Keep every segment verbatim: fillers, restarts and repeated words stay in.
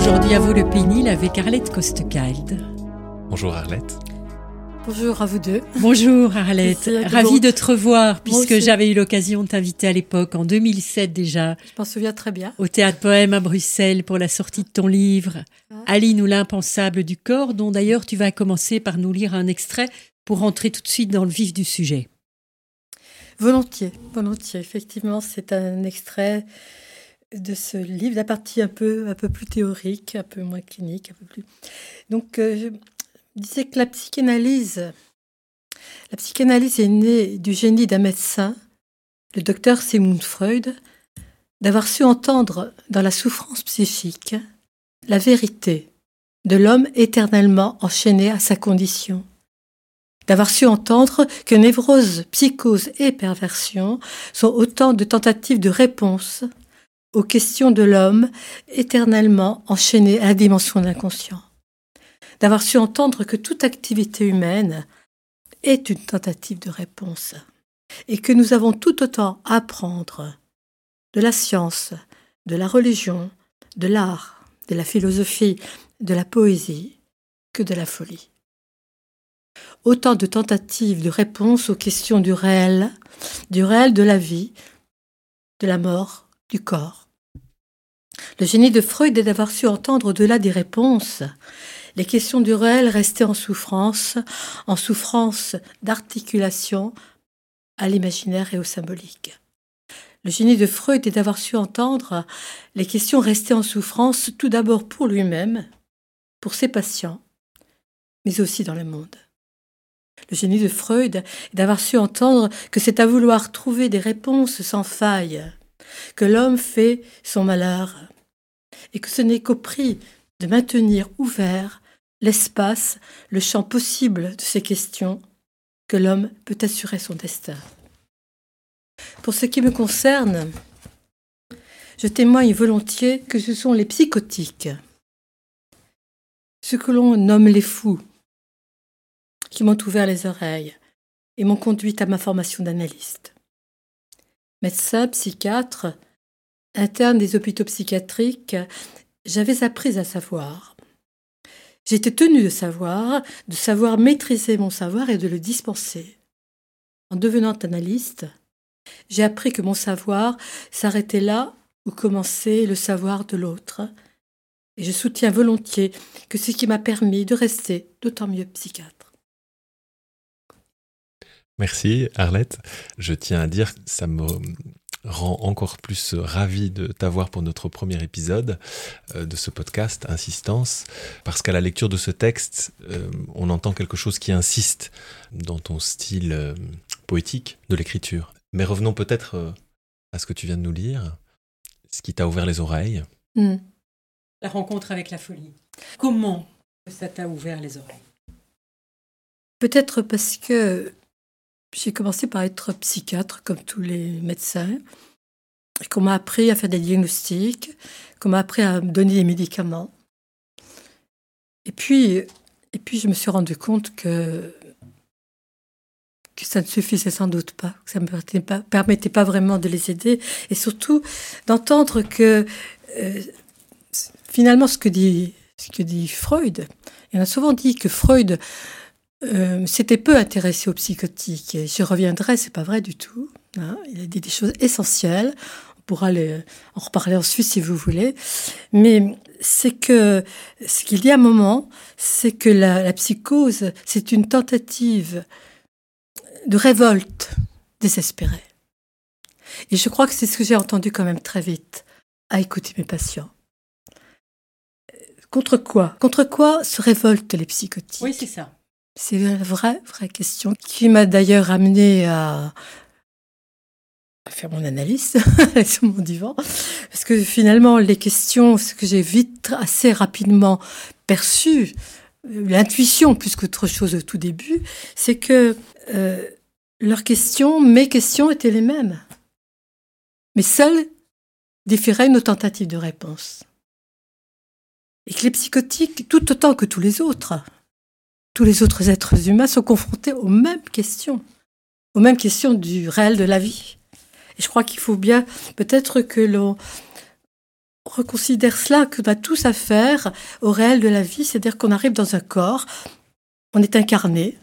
Aujourd'hui à vous le Pénil avec Arlette Coste-Calde. Bonjour Arlette. Bonjour à vous deux. Bonjour Arlette, ravie de te revoir puisque j'avais eu l'occasion de t'inviter à l'époque, en deux mille sept déjà. Je m'en souviens très bien. Au Théâtre Poème à Bruxelles pour la sortie de ton livre ah. Aline ou l'impensable du corps, dont d'ailleurs tu vas commencer par nous lire un extrait pour rentrer tout de suite dans le vif du sujet. Volontiers, volontiers. Effectivement, c'est un extrait de ce livre, la partie un peu, un peu plus théorique, un peu moins clinique, un peu plus. Donc, euh, je disais que la psychanalyse, la psychanalyse est née du génie d'un médecin, le docteur Sigmund Freud, d'avoir su entendre dans la souffrance psychique la vérité de l'homme éternellement enchaîné à sa condition. D'avoir su entendre que névrose, psychose et perversion sont autant de tentatives de réponse aux questions de l'homme éternellement enchaîné à la dimension de l'inconscient. D'avoir su entendre que toute activité humaine est une tentative de réponse et que nous avons tout autant à apprendre de la science, de la religion, de l'art, de la philosophie, de la poésie que de la folie. Autant de tentatives de réponse aux questions du réel, du réel de la vie, de la mort, du corps. Le génie de Freud est d'avoir su entendre au-delà des réponses les questions du réel restées en souffrance, en souffrance d'articulation à l'imaginaire et au symbolique. Le génie de Freud est d'avoir su entendre les questions restées en souffrance tout d'abord pour lui-même, pour ses patients, mais aussi dans le monde. Le génie de Freud est d'avoir su entendre que c'est à vouloir trouver des réponses sans faille que l'homme fait son malheur et que ce n'est qu'au prix de maintenir ouvert l'espace, le champ possible de ces questions que l'homme peut assurer son destin. Pour ce qui me concerne, je témoigne volontiers que ce sont les psychotiques, ce que l'on nomme les fous, qui m'ont ouvert les oreilles et m'ont conduite à ma formation d'analyste. Médecin, psychiatre, interne des hôpitaux psychiatriques, j'avais appris à savoir. J'étais tenue de savoir, de savoir maîtriser mon savoir et de le dispenser. En devenant analyste, j'ai appris que mon savoir s'arrêtait là où commençait le savoir de l'autre. Et je soutiens volontiers que c'est ce qui m'a permis de rester d'autant mieux psychiatre. Merci Arlette. Je tiens à dire que ça me rend encore plus ravi de t'avoir pour notre premier épisode de ce podcast Insistance, parce qu'à la lecture de ce texte, on entend quelque chose qui insiste dans ton style poétique de l'écriture. Mais revenons peut-être à ce que tu viens de nous lire, ce qui t'a ouvert les oreilles. Mmh. La rencontre avec la folie. Comment ça t'a ouvert les oreilles ? Peut-être parce que j'ai commencé par être psychiatre, comme tous les médecins, et qu'on m'a appris à faire des diagnostics, qu'on m'a appris à me donner des médicaments. Et puis, et puis je me suis rendu compte que, que ça ne suffisait sans doute pas, que ça ne me permettait pas, permettait pas vraiment de les aider, et surtout d'entendre que euh, finalement ce que dit, ce que dit Freud, et on a souvent dit que Freud Euh, s'était peu intéressé aux psychotiques. Et j'y reviendrai, c'est pas vrai du tout. Hein. Il a dit des choses essentielles. On pourra les, en reparler ensuite si vous voulez. Mais c'est que ce qu'il dit à un moment, c'est que la, la psychose, c'est une tentative de révolte désespérée. Et je crois que c'est ce que j'ai entendu quand même très vite à écouter mes patients. Contre quoi ? Contre quoi se révoltent les psychotiques ? Oui, c'est ça. C'est une vraie, vraie question qui m'a d'ailleurs amenée à, à faire mon analyse sur mon divan. Parce que finalement, les questions, ce que j'ai vite, assez rapidement perçu, l'intuition plus qu'autre chose au tout début, c'est que euh, leurs questions, mes questions étaient les mêmes. Mais seules différaient nos tentatives de réponse. Et que les psychotiques, tout autant que tous les autres, tous les autres êtres humains sont confrontés aux mêmes questions, aux mêmes questions du réel de la vie. Et je crois qu'il faut bien peut-être que l'on reconsidère cela, qu'on a tous affaire au réel de la vie, c'est-à-dire qu'on arrive dans un corps, on est incarné,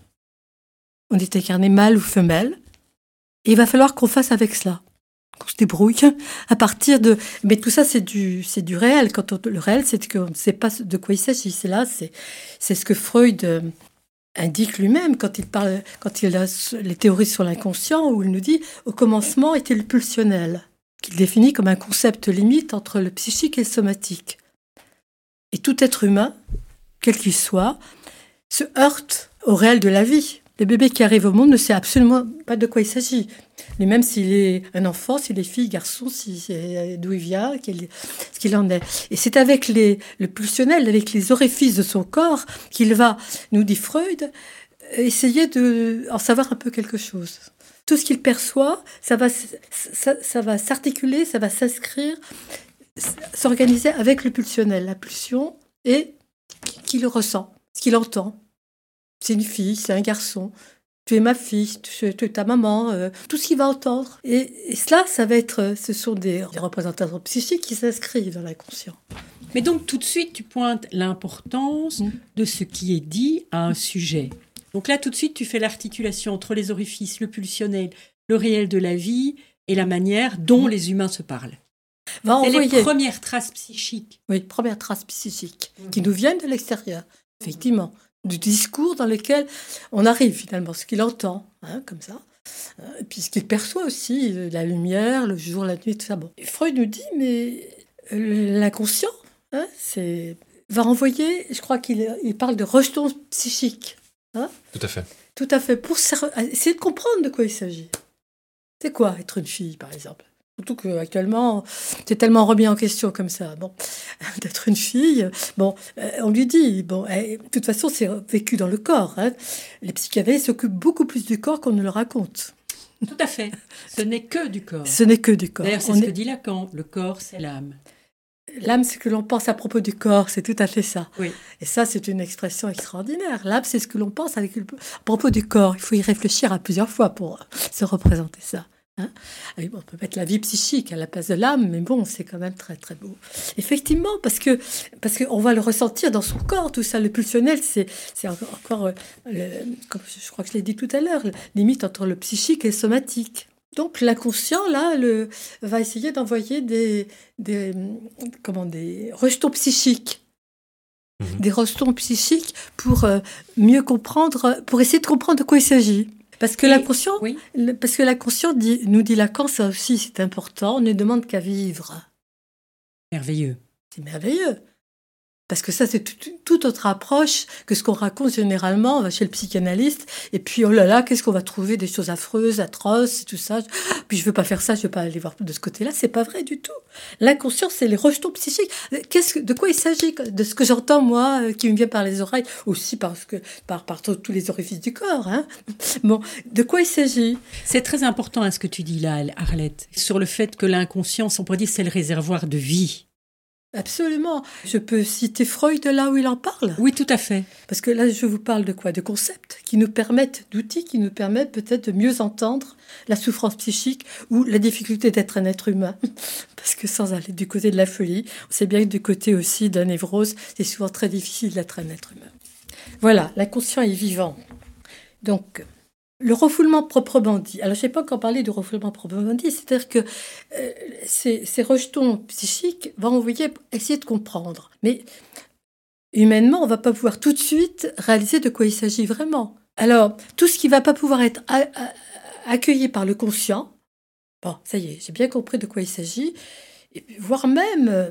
on est incarné mâle ou femelle, et il va falloir qu'on fasse avec cela, qu'on se débrouille à partir de... Mais tout ça, c'est du, c'est du réel. Quand on, le réel, c'est qu'on ne sait pas de quoi il s'agit. C'est là, c'est, c'est ce que Freud euh, indique lui-même quand il parle, quand il a les théories sur l'inconscient, où il nous dit au commencement était le pulsionnel, qu'il définit comme un concept limite entre le psychique et le somatique. Et tout être humain, quel qu'il soit, se heurte au réel de la vie. Le bébé qui arrive au monde ne sait absolument pas de quoi il s'agit. Mais même s'il est un enfant, s'il est fille, garçon, si c'est d'où il vient, qu'il, ce qu'il en est. Et c'est avec les, le pulsionnel, avec les orifices de son corps, qu'il va, nous dit Freud, essayer d'en savoir un peu quelque chose. Tout ce qu'il perçoit, ça va, ça, ça va s'articuler, ça va s'inscrire, s'organiser avec le pulsionnel, la pulsion, et qu'il ressent, ce qu'il entend. C'est une fille, c'est un garçon, tu es ma fille, tu es ta maman, euh, tout ce qu'il va entendre. Et, et cela, ça va être, ce sont des, des représentations psychiques qui s'inscrivent dans l'inconscient. Mais donc, tout de suite, tu pointes l'importance mmh. de ce qui est dit à un sujet. Donc là, tout de suite, tu fais l'articulation entre les orifices, le pulsionnel, le réel de la vie et la manière dont mmh. les humains se parlent. Va C'est envoyer... les premières traces psychiques. Oui, premières traces psychiques mmh. qui nous viennent de l'extérieur, effectivement. Du discours dans lequel on arrive finalement, ce qu'il entend, hein, comme ça, et puis ce qu'il perçoit aussi, la lumière, le jour, la nuit, tout ça. Bon. Et Freud nous dit, mais l'inconscient, hein, c'est... va renvoyer, je crois qu'il il parle de rejetons psychiques. Hein. Tout à fait. Tout à fait, pour essayer de comprendre de quoi il s'agit. C'est quoi être une fille, par exemple ? Surtout qu'actuellement, c'est tellement remis en question comme ça. Bon, d'être une fille, bon, euh, on lui dit, bon, euh, de toute façon, c'est vécu dans le corps. Hein. Les psychanalystes s'occupent beaucoup plus du corps qu'on ne le raconte. Tout à fait. Ce n'est que du corps. Ce n'est que du corps. D'ailleurs, c'est on ce est... que dit Lacan. Le corps, c'est l'âme. L'âme, c'est ce que l'on pense à propos du corps, c'est tout à fait ça. Oui. Et ça, c'est une expression extraordinaire. L'âme, c'est ce que l'on pense avec... à propos du corps. Il faut y réfléchir à plusieurs fois pour se représenter ça. Hein, on peut mettre la vie psychique à la place de l'âme, mais bon, c'est quand même très très beau. Effectivement, parce que parce qu'on va le ressentir dans son corps, tout ça. Le pulsionnel, c'est c'est encore, encore le, comme je crois que je l'ai dit tout à l'heure, limite entre le psychique et le somatique. Donc l'inconscient là, le va essayer d'envoyer des des comment des rejetons psychiques. Mmh. Des rejetons psychiques pour euh, mieux comprendre, pour essayer de comprendre de quoi il s'agit. Parce que, l'inconscient, oui. parce que l'inconscient dit, nous dit Lacan, ça aussi c'est important, on ne demande qu'à vivre. Merveilleux. C'est merveilleux. Parce que ça, c'est toute tout autre approche que ce qu'on raconte généralement. On va chez le psychanalyste, et puis, oh là là, qu'est-ce qu'on va trouver? Des choses affreuses, atroces, tout ça. Puis, je veux pas faire ça, je veux pas aller voir de ce côté-là. C'est pas vrai du tout. L'inconscient, c'est les rejetons psychiques. Qu'est-ce que, de quoi il s'agit? De ce que j'entends, moi, qui me vient par les oreilles, aussi parce que, par, par tous les orifices du corps, hein. Bon, de quoi il s'agit? C'est très important, hein, ce que tu dis là, Arlette, sur le fait que l'inconscient, on pourrait dire, c'est le réservoir de vie. Absolument. Je peux citer Freud là où il en parle. Oui, tout à fait. Parce que là, je vous parle de quoi? De concepts qui nous permettent, d'outils qui nous permettent peut-être de mieux entendre la souffrance psychique ou la difficulté d'être un être humain. Parce que sans aller du côté de la folie, on sait bien que du côté aussi de la névrose, c'est souvent très difficile d'être un être humain. Voilà, l'inconscient est vivant. Donc... le refoulement proprement dit. Alors, je ne sais pas encore parler de refoulement proprement dit, c'est-à-dire que euh, ces, ces rejetons psychiques vont envoyer essayer de comprendre. Mais humainement, on ne va pas pouvoir tout de suite réaliser de quoi il s'agit vraiment. Alors, tout ce qui ne va pas pouvoir être a, a, accueilli par le conscient, bon, ça y est, j'ai bien compris de quoi il s'agit, et voire même, euh,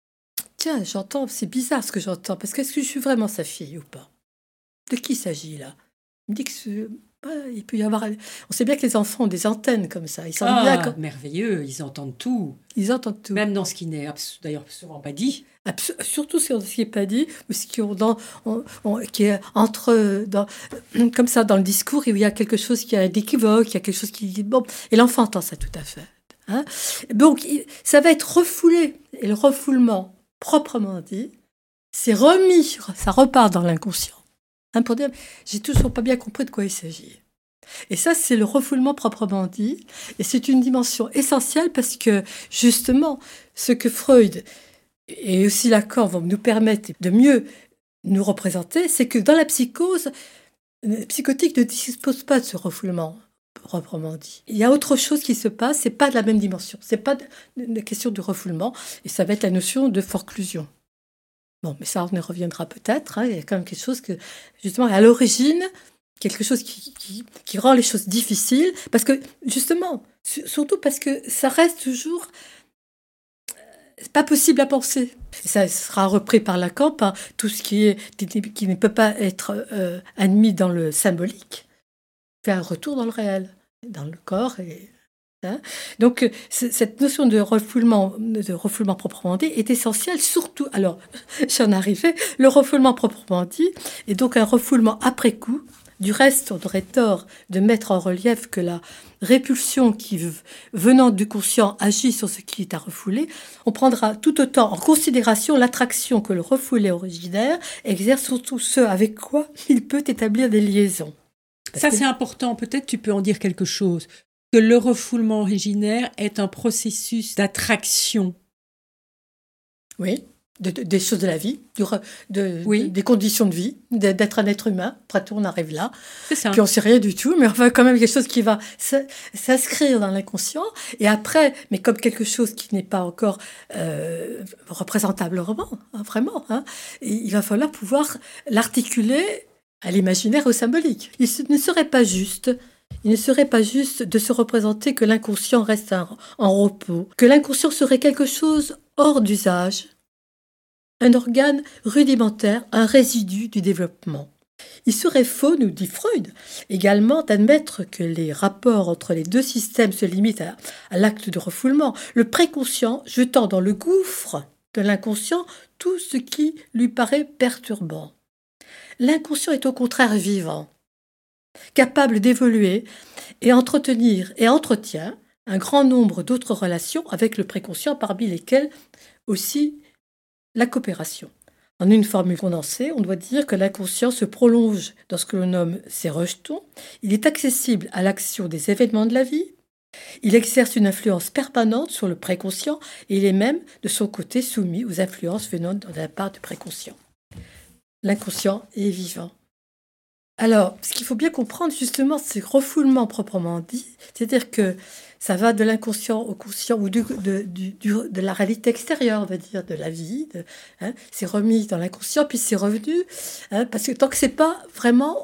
tiens, j'entends, c'est bizarre ce que j'entends, parce que est-ce que je suis vraiment sa fille ou pas? De qui il s'agit là? Il me dit que c'est... il peut y avoir... On sait bien que les enfants ont des antennes comme ça. Ils ah, bien quand... merveilleux, ils entendent tout. Ils entendent tout. Même dans ce qui n'est abs- d'ailleurs souvent pas dit. Abs- surtout ce qui n'est pas dit, ou ce qui, on, dans, on, on, qui est entre... Dans, comme ça, dans le discours, il y a quelque chose qui est équivoque, il y a quelque chose qui... Bon, et l'enfant entend ça tout à fait. Hein? Donc, ça va être refoulé. Et le refoulement, proprement dit, c'est remis, ça repart dans l'inconscient. Hein, pour dire, j'ai toujours pas bien compris de quoi il s'agit. Et ça, c'est le refoulement proprement dit. Et c'est une dimension essentielle parce que, justement, ce que Freud et aussi Lacan vont nous permettre de mieux nous représenter, c'est que dans la psychose, le psychotique ne dispose pas de ce refoulement, proprement dit. Il y a autre chose qui se passe, c'est pas de la même dimension, c'est pas une question de refoulement, et ça va être la notion de forclusion. Bon, mais ça, on y reviendra peut-être, hein, il y a quand même quelque chose que, justement, à l'origine, quelque chose qui, qui, qui rend les choses difficiles, parce que, justement, surtout parce que ça reste toujours... C'est pas possible à penser. Ça sera repris par Lacan, par tout ce qui, est, qui ne peut pas être euh, admis dans le symbolique, fait un retour dans le réel, dans le corps. Et, hein. Donc, cette notion de refoulement, de refoulement proprement dit est essentielle, surtout, alors, j'en arrivais, le refoulement proprement dit est donc un refoulement après coup. Du reste, on aurait tort de mettre en relief que la répulsion qui, venant du conscient, agit sur ce qui est à refouler. On prendra tout autant en considération l'attraction que le refoulé originaire exerce sur tout ce avec quoi il peut établir des liaisons. Parce Ça, que... c'est important. Peut-être tu peux en dire quelque chose. Que le refoulement originaire est un processus d'attraction. Oui. De, de, des choses de la vie, du, de, oui. de, des conditions de vie, de, d'être un être humain. Après tout, on arrive là. C'est ça. Puis on ne sait rien du tout, mais enfin, quand même quelque chose qui va s'inscrire dans l'inconscient. Et après, mais comme quelque chose qui n'est pas encore euh, représentable vraiment, hein, vraiment, hein, il va falloir pouvoir l'articuler à l'imaginaire, au symbolique. Il ne serait pas juste... Il ne serait pas juste de se représenter que l'inconscient reste en, en repos, que l'inconscient serait quelque chose hors d'usage, un organe rudimentaire, un résidu du développement. Il serait faux, nous dit Freud, également d'admettre que les rapports entre les deux systèmes se limitent à, à l'acte de refoulement, le préconscient jetant dans le gouffre de l'inconscient tout ce qui lui paraît perturbant. L'inconscient est au contraire vivant, capable d'évoluer et entretenir et entretient un grand nombre d'autres relations avec le préconscient, parmi lesquelles aussi la coopération. En une formule condensée, on doit dire que l'inconscient se prolonge dans ce que l'on nomme ses rejetons. Il est accessible à l'action des événements de la vie. Il exerce une influence permanente sur le préconscient et il est même, de son côté, soumis aux influences venant de la part du préconscient. L'inconscient est vivant. Alors, ce qu'il faut bien comprendre, justement, c'est refoulement proprement dit, c'est-à-dire que ça va de l'inconscient au conscient, ou du, de, du, du, de la réalité extérieure, on va dire, de la vie. De, hein, c'est remis dans l'inconscient, puis c'est revenu. Hein, parce que tant que c'est pas vraiment...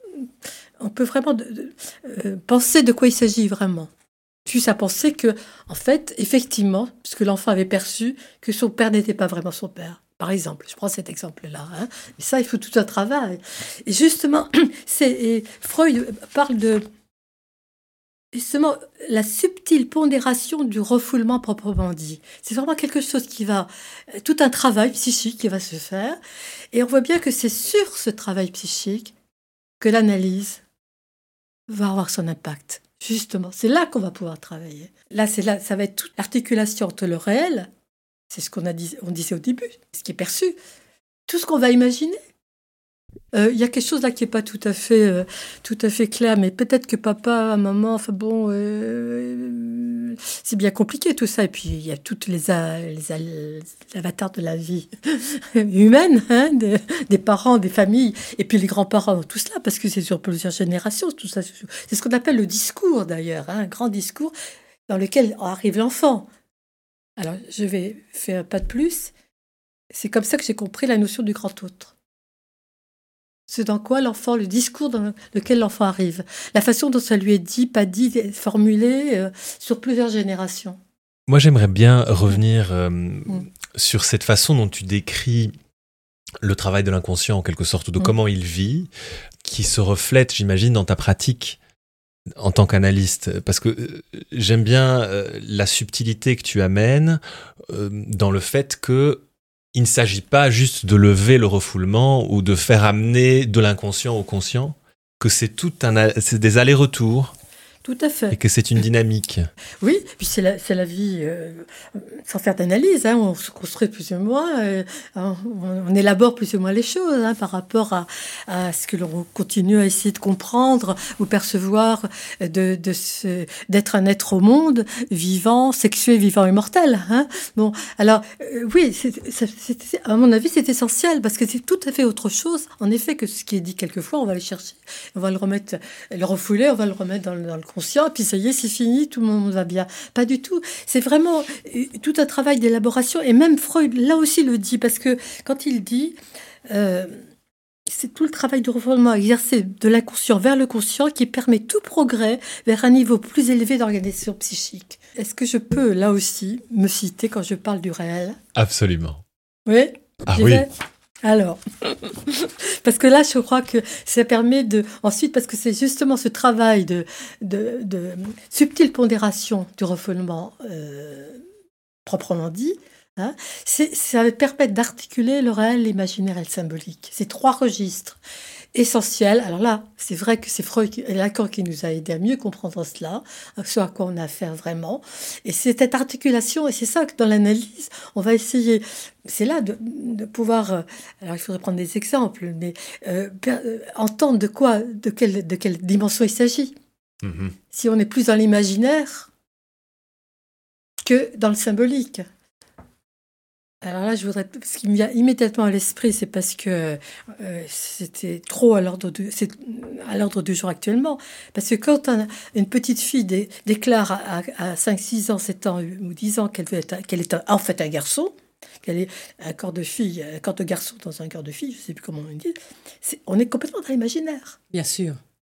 On peut vraiment de, de, euh, penser de quoi il s'agit vraiment. Juste à penser que, en fait, effectivement, puisque l'enfant avait perçu que son père n'était pas vraiment son père. Par exemple, je prends cet exemple-là. Hein. Mais ça, il faut tout un travail. Et justement, c'est, et Freud parle de justement la subtile pondération du refoulement proprement dit. C'est vraiment quelque chose qui va... Tout un travail psychique qui va se faire. Et on voit bien que c'est sur ce travail psychique que l'analyse va avoir son impact. Justement, c'est là qu'on va pouvoir travailler. Là, c'est là, ça va être toute l'articulation entre le réel... C'est ce qu'on a dit, on disait au début, ce qui est perçu. Tout ce qu'on va imaginer. Il euh, y a quelque chose là qui n'est pas tout à fait, euh, tout à fait clair, mais peut-être que papa, maman, enfin bon, euh, c'est bien compliqué tout ça. Et puis il y a toutes les, les, les avatars de la vie humaine, hein, des, des parents, des familles, et puis les grands-parents, tout cela, parce que c'est sur plusieurs générations, tout ça. C'est ce qu'on appelle le discours d'ailleurs, hein, un grand discours dans lequel arrive l'enfant. Alors, je vais faire un pas de plus. C'est comme ça que j'ai compris la notion du grand autre. C'est dans quoi l'enfant, le discours dans lequel l'enfant arrive. La façon dont ça lui est dit, pas dit, formulé euh, sur plusieurs générations. Moi, j'aimerais bien revenir euh, mmh. sur cette façon dont tu décris le travail de l'inconscient, en quelque sorte, ou de mmh. comment il vit, qui se reflète, j'imagine, dans ta pratique en tant qu'analyste, parce que euh, j'aime bien euh, la subtilité que tu amènes euh, dans le fait que il ne s'agit pas juste de lever le refoulement ou de faire amener de l'inconscient au conscient, que c'est tout un, c'est des allers-retours Tout à fait. Et que c'est une dynamique. Oui, puis c'est la, c'est la vie, euh, sans faire d'analyse, hein, on se construit plus ou moins, euh, on, on élabore plus ou moins les choses hein, par rapport à, à ce que l'on continue à essayer de comprendre ou percevoir de, de ce, d'être un être au monde, vivant, sexué, vivant, immortel. Hein. Bon, alors, euh, oui, c'est, c'est, c'est, à mon avis, c'est essentiel parce que c'est tout à fait autre chose, en effet, que ce qui est dit quelquefois, on va le chercher, on va le remettre, le refouler, on va le remettre dans le, dans le conscient, et puis ça y est, c'est fini, tout le monde va bien. Pas du tout. C'est vraiment tout un travail d'élaboration, et même Freud, là aussi, le dit, parce que quand il dit, euh, c'est tout le travail de refoulement exercé de l'inconscient vers le conscient qui permet tout progrès vers un niveau plus élevé d'organisation psychique. Est-ce que je peux, là aussi, me citer quand je parle du réel ? Absolument. Oui ? Ah J'y oui. vais ? Alors, parce que là, je crois que ça permet de... Ensuite, parce que c'est justement ce travail de, de, de subtile pondération du refoulement euh, proprement dit, hein, c'est, ça va permettre d'articuler le réel, l'imaginaire et le symbolique. Ces trois registres essentiels. Alors là, c'est vrai que c'est Freud et Lacan qui nous a aidé à mieux comprendre cela, ce à quoi on a affaire vraiment. Et c'est cette articulation, et c'est ça que dans l'analyse, on va essayer... C'est là de, de pouvoir... Euh, alors, il faudrait prendre des exemples, mais euh, euh, entendre de quoi, de quelle, de quelle dimension il s'agit. Mm-hmm. Si on est plus dans l'imaginaire que dans le symbolique. Alors là, je voudrais... Ce qui me vient immédiatement à l'esprit, c'est parce que euh, c'était trop à l'ordre, de, c'est à l'ordre du jour actuellement. Parce que quand un, une petite fille dé, déclare à, à cinq, six ans, sept ans ou dix ans qu'elle, veut être, qu'elle est un, en fait un garçon, qu'elle est un corps de fille, un corps de garçon dans un corps de fille, je ne sais plus comment on dit, c'est, on est complètement dans l'imaginaire. Bien sûr.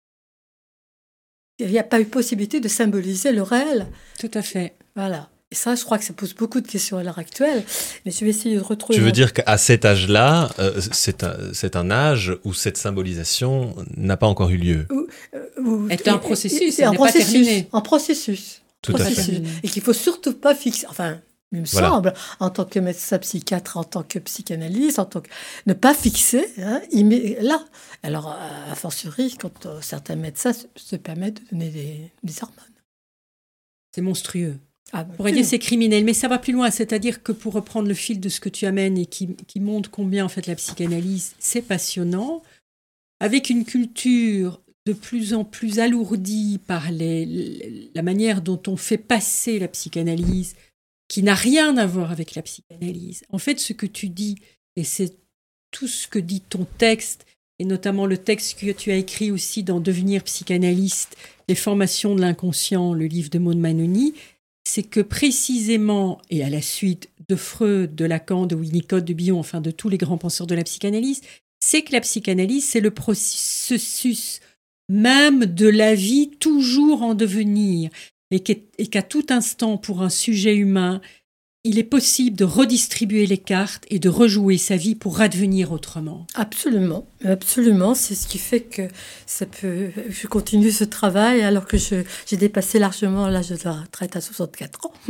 Il n'y a pas eu possibilité de symboliser le réel. Tout à fait. Voilà. Et ça, je crois que ça pose beaucoup de questions à l'heure actuelle. Mais je vais essayer de retrouver... Tu veux dire qu'à cet âge-là, euh, c'est, un, c'est un âge où cette symbolisation n'a pas encore eu lieu. Ou, ou, est un processus, c'est un processus, pas terminé. Un processus. Tout processus. à fait. Et qu'il ne faut surtout pas fixer... Enfin, il me voilà. semble, en tant que médecin psychiatre, en tant que psychanalyste, en tant que... ne pas fixer, hein, là. Alors, a fortiori, quand euh, certains médecins se, se permettent de donner des, des hormones. C'est monstrueux. Ah, on pourrait dire c'est criminel, mais ça va plus loin. C'est-à-dire que pour reprendre le fil de ce que tu amènes et qui, qui montre combien en fait la psychanalyse, c'est passionnant, avec une culture de plus en plus alourdie par les, la manière dont on fait passer la psychanalyse, qui n'a rien à voir avec la psychanalyse. En fait, ce que tu dis, et c'est tout ce que dit ton texte, et notamment le texte que tu as écrit aussi dans Devenir psychanalyste, les formations de l'inconscient, le livre de Maud Manoni, c'est que précisément, et à la suite de Freud, de Lacan, de Winnicott, de Bion, enfin de tous les grands penseurs de la psychanalyse, c'est que la psychanalyse, c'est le processus même de la vie toujours en devenir, et qu'à tout instant, pour un sujet humain, il est possible de redistribuer les cartes et de rejouer sa vie pour advenir autrement. Absolument, absolument. C'est ce qui fait que ça peut. Je continue ce travail alors que je, j'ai dépassé largement l'âge de la retraite à soixante-quatre ans.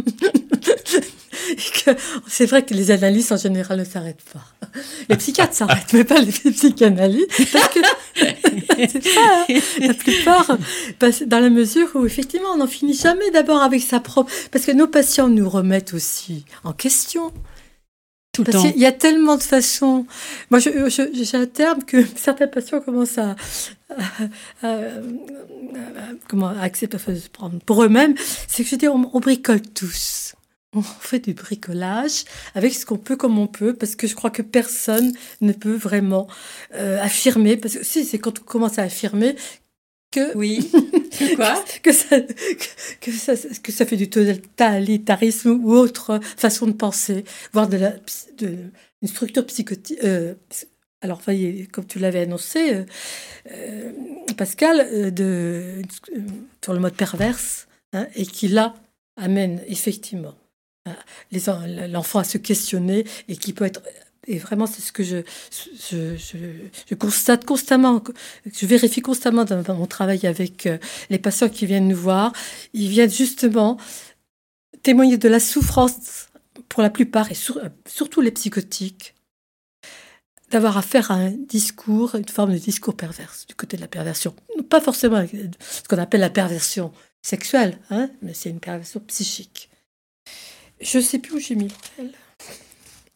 Et que c'est vrai que les analyses en général ne s'arrêtent pas. Les psychiatres s'arrêtent, mais pas les psychanalystes. Parce que c'est ça, hein, la plupart, dans la mesure où effectivement on n'en finit jamais d'abord avec sa propre. Parce que nos patients nous remettent aussi en question. Tout le Parce temps. qu'il y a tellement de façons. Moi, je, je, j'ai un terme que certains patients commencent à, à, à, à, à comment à accepter, enfin, prendre pour eux-mêmes. C'est que je dis, on, on bricole tous. On fait du bricolage avec ce qu'on peut comme on peut, parce que je crois que personne ne peut vraiment euh, affirmer. Parce que si, c'est quand on commence à affirmer que oui, quoi que, que, ça, que, que, ça, que ça fait du totalitarisme ou autre façon de penser, voire de la de, une structure psychotique. Euh, alors, voyez, comme tu l'avais annoncé, euh, euh, Pascal, euh, de, euh, sur le mode perverse, hein, et qui là amène effectivement les, l'enfant à se questionner et qui peut être... Et vraiment, c'est ce que je, je, je, je constate constamment, je vérifie constamment dans, dans mon travail avec les patients qui viennent nous voir. Ils viennent justement témoigner de la souffrance, pour la plupart, et sur, surtout les psychotiques, d'avoir affaire à un discours, une forme de discours perverse, du côté de la perversion. Pas forcément ce qu'on appelle la perversion sexuelle, hein, mais c'est une perversion psychique. Je ne sais plus où j'ai mis le réel. Comment ?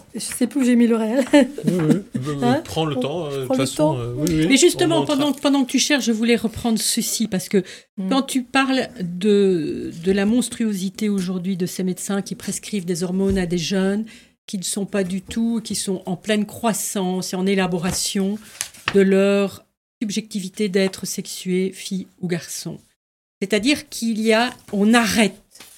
Je ne sais plus où j'ai mis le réel. Oui, oui. Hein Prends le temps. Euh, de toute façon, euh, oui, oui. Mais justement, pendant, pendant que tu cherches, je voulais reprendre ceci, parce que mm. quand tu parles de, de la monstruosité aujourd'hui de ces médecins qui prescrivent des hormones à des jeunes qui ne sont pas du tout, qui sont en pleine croissance et en élaboration de leur subjectivité d'être sexué, fille ou garçon. C'est-à-dire qu'il y a, on arrête.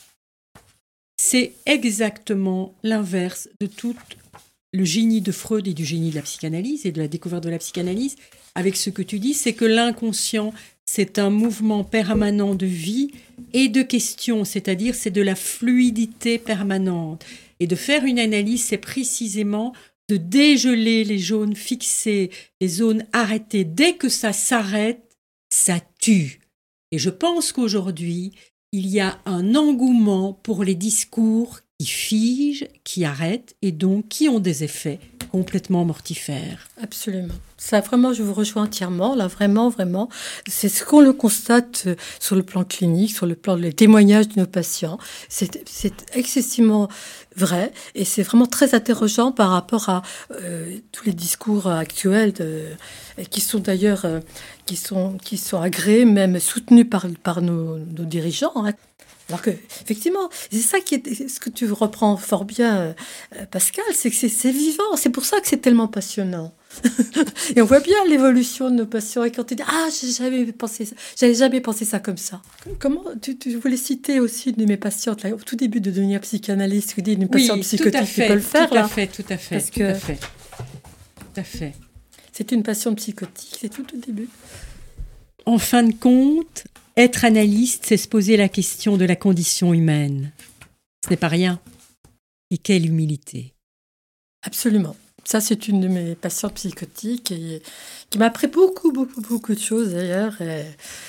C'est exactement l'inverse de tout le génie de Freud et du génie de la psychanalyse et de la découverte de la psychanalyse. Avec ce que tu dis, c'est que l'inconscient, c'est un mouvement permanent de vie et de questions, c'est-à-dire c'est de la fluidité permanente. Et de faire une analyse, c'est précisément de dégeler les zones fixées, les zones arrêtées. Dès que ça s'arrête, ça tue. Et je pense qu'aujourd'hui, il y a un engouement pour les discours qui figent, qui arrêtent et donc qui ont des effets complètement mortifères. Absolument. Ça, vraiment, je vous rejoins entièrement. Là, vraiment, vraiment, c'est ce qu'on le constate sur le plan clinique, sur le plan des témoignages de nos patients. C'est, c'est excessivement vrai et c'est vraiment très interrogeant par rapport à euh, tous les discours actuels de, qui sont d'ailleurs euh, qui sont, qui sont agréés, même soutenus par, par nos, nos dirigeants. Hein. Alors que, effectivement, c'est ça qui est ce que tu reprends fort bien, euh, Pascal, c'est que c'est, c'est vivant. C'est pour ça que c'est tellement passionnant. Et on voit bien l'évolution de nos patients. Et quand tu dis ah, j'ai jamais pensé ça, j'avais jamais pensé ça comme ça. Comment tu, tu voulais citer aussi une de mes patientes là, au tout début de devenir psychanalyste, tu dis une patiente oui, psychotique qui peut le faire tout là. à fait, tout à fait, Parce tout que à fait, tout à fait. C'est une patiente psychotique, c'est tout au début. En fin de compte, être analyste, c'est se poser la question de la condition humaine. Ce n'est pas rien. Et quelle humilité. Absolument. Ça, c'est une de mes patientes psychotiques et, qui m'a appris beaucoup, beaucoup, beaucoup de choses d'ailleurs. Et,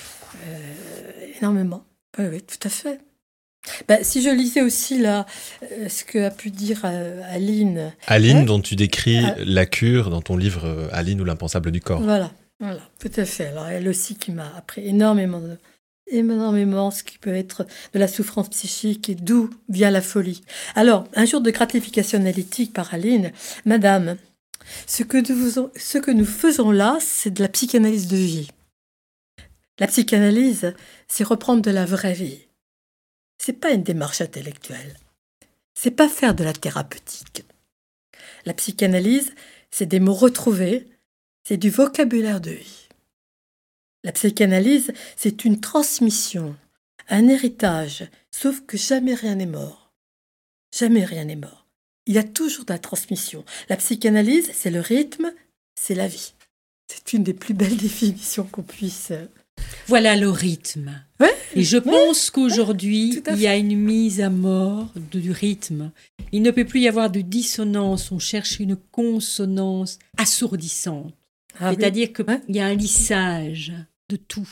euh, énormément. Oui, oui, tout à fait. Ben, si je lisais aussi là, euh, ce qu'a pu dire euh, Aline. Aline, hein, dont tu décris euh, la cure dans ton livre euh, Aline ou l'impensable du corps. Voilà, voilà, tout à fait. Alors, elle aussi qui m'a appris énormément de... énormément ce qui peut être de la souffrance psychique et d'où vient la folie. Alors, un jour de gratification analytique par Aline, Madame, ce que nous, ce que nous faisons là, c'est de la psychanalyse de vie. La psychanalyse, c'est reprendre de la vraie vie. C'est pas une démarche intellectuelle. C'est pas faire de la thérapeutique. La psychanalyse, c'est des mots retrouvés, c'est du vocabulaire de vie. La psychanalyse, c'est une transmission, un héritage, sauf que jamais rien n'est mort. Jamais rien n'est mort. Il y a toujours de la transmission. La psychanalyse, c'est le rythme, c'est la vie. C'est une des plus belles définitions qu'on puisse... Voilà le rythme. Ouais, Et je ouais, pense qu'aujourd'hui, ouais, il y a une mise à mort du rythme. Il ne peut plus y avoir de dissonance. On cherche une consonance assourdissante. Ah, C'est-à-dire oui. qu'il ouais. y a un lissage de tout.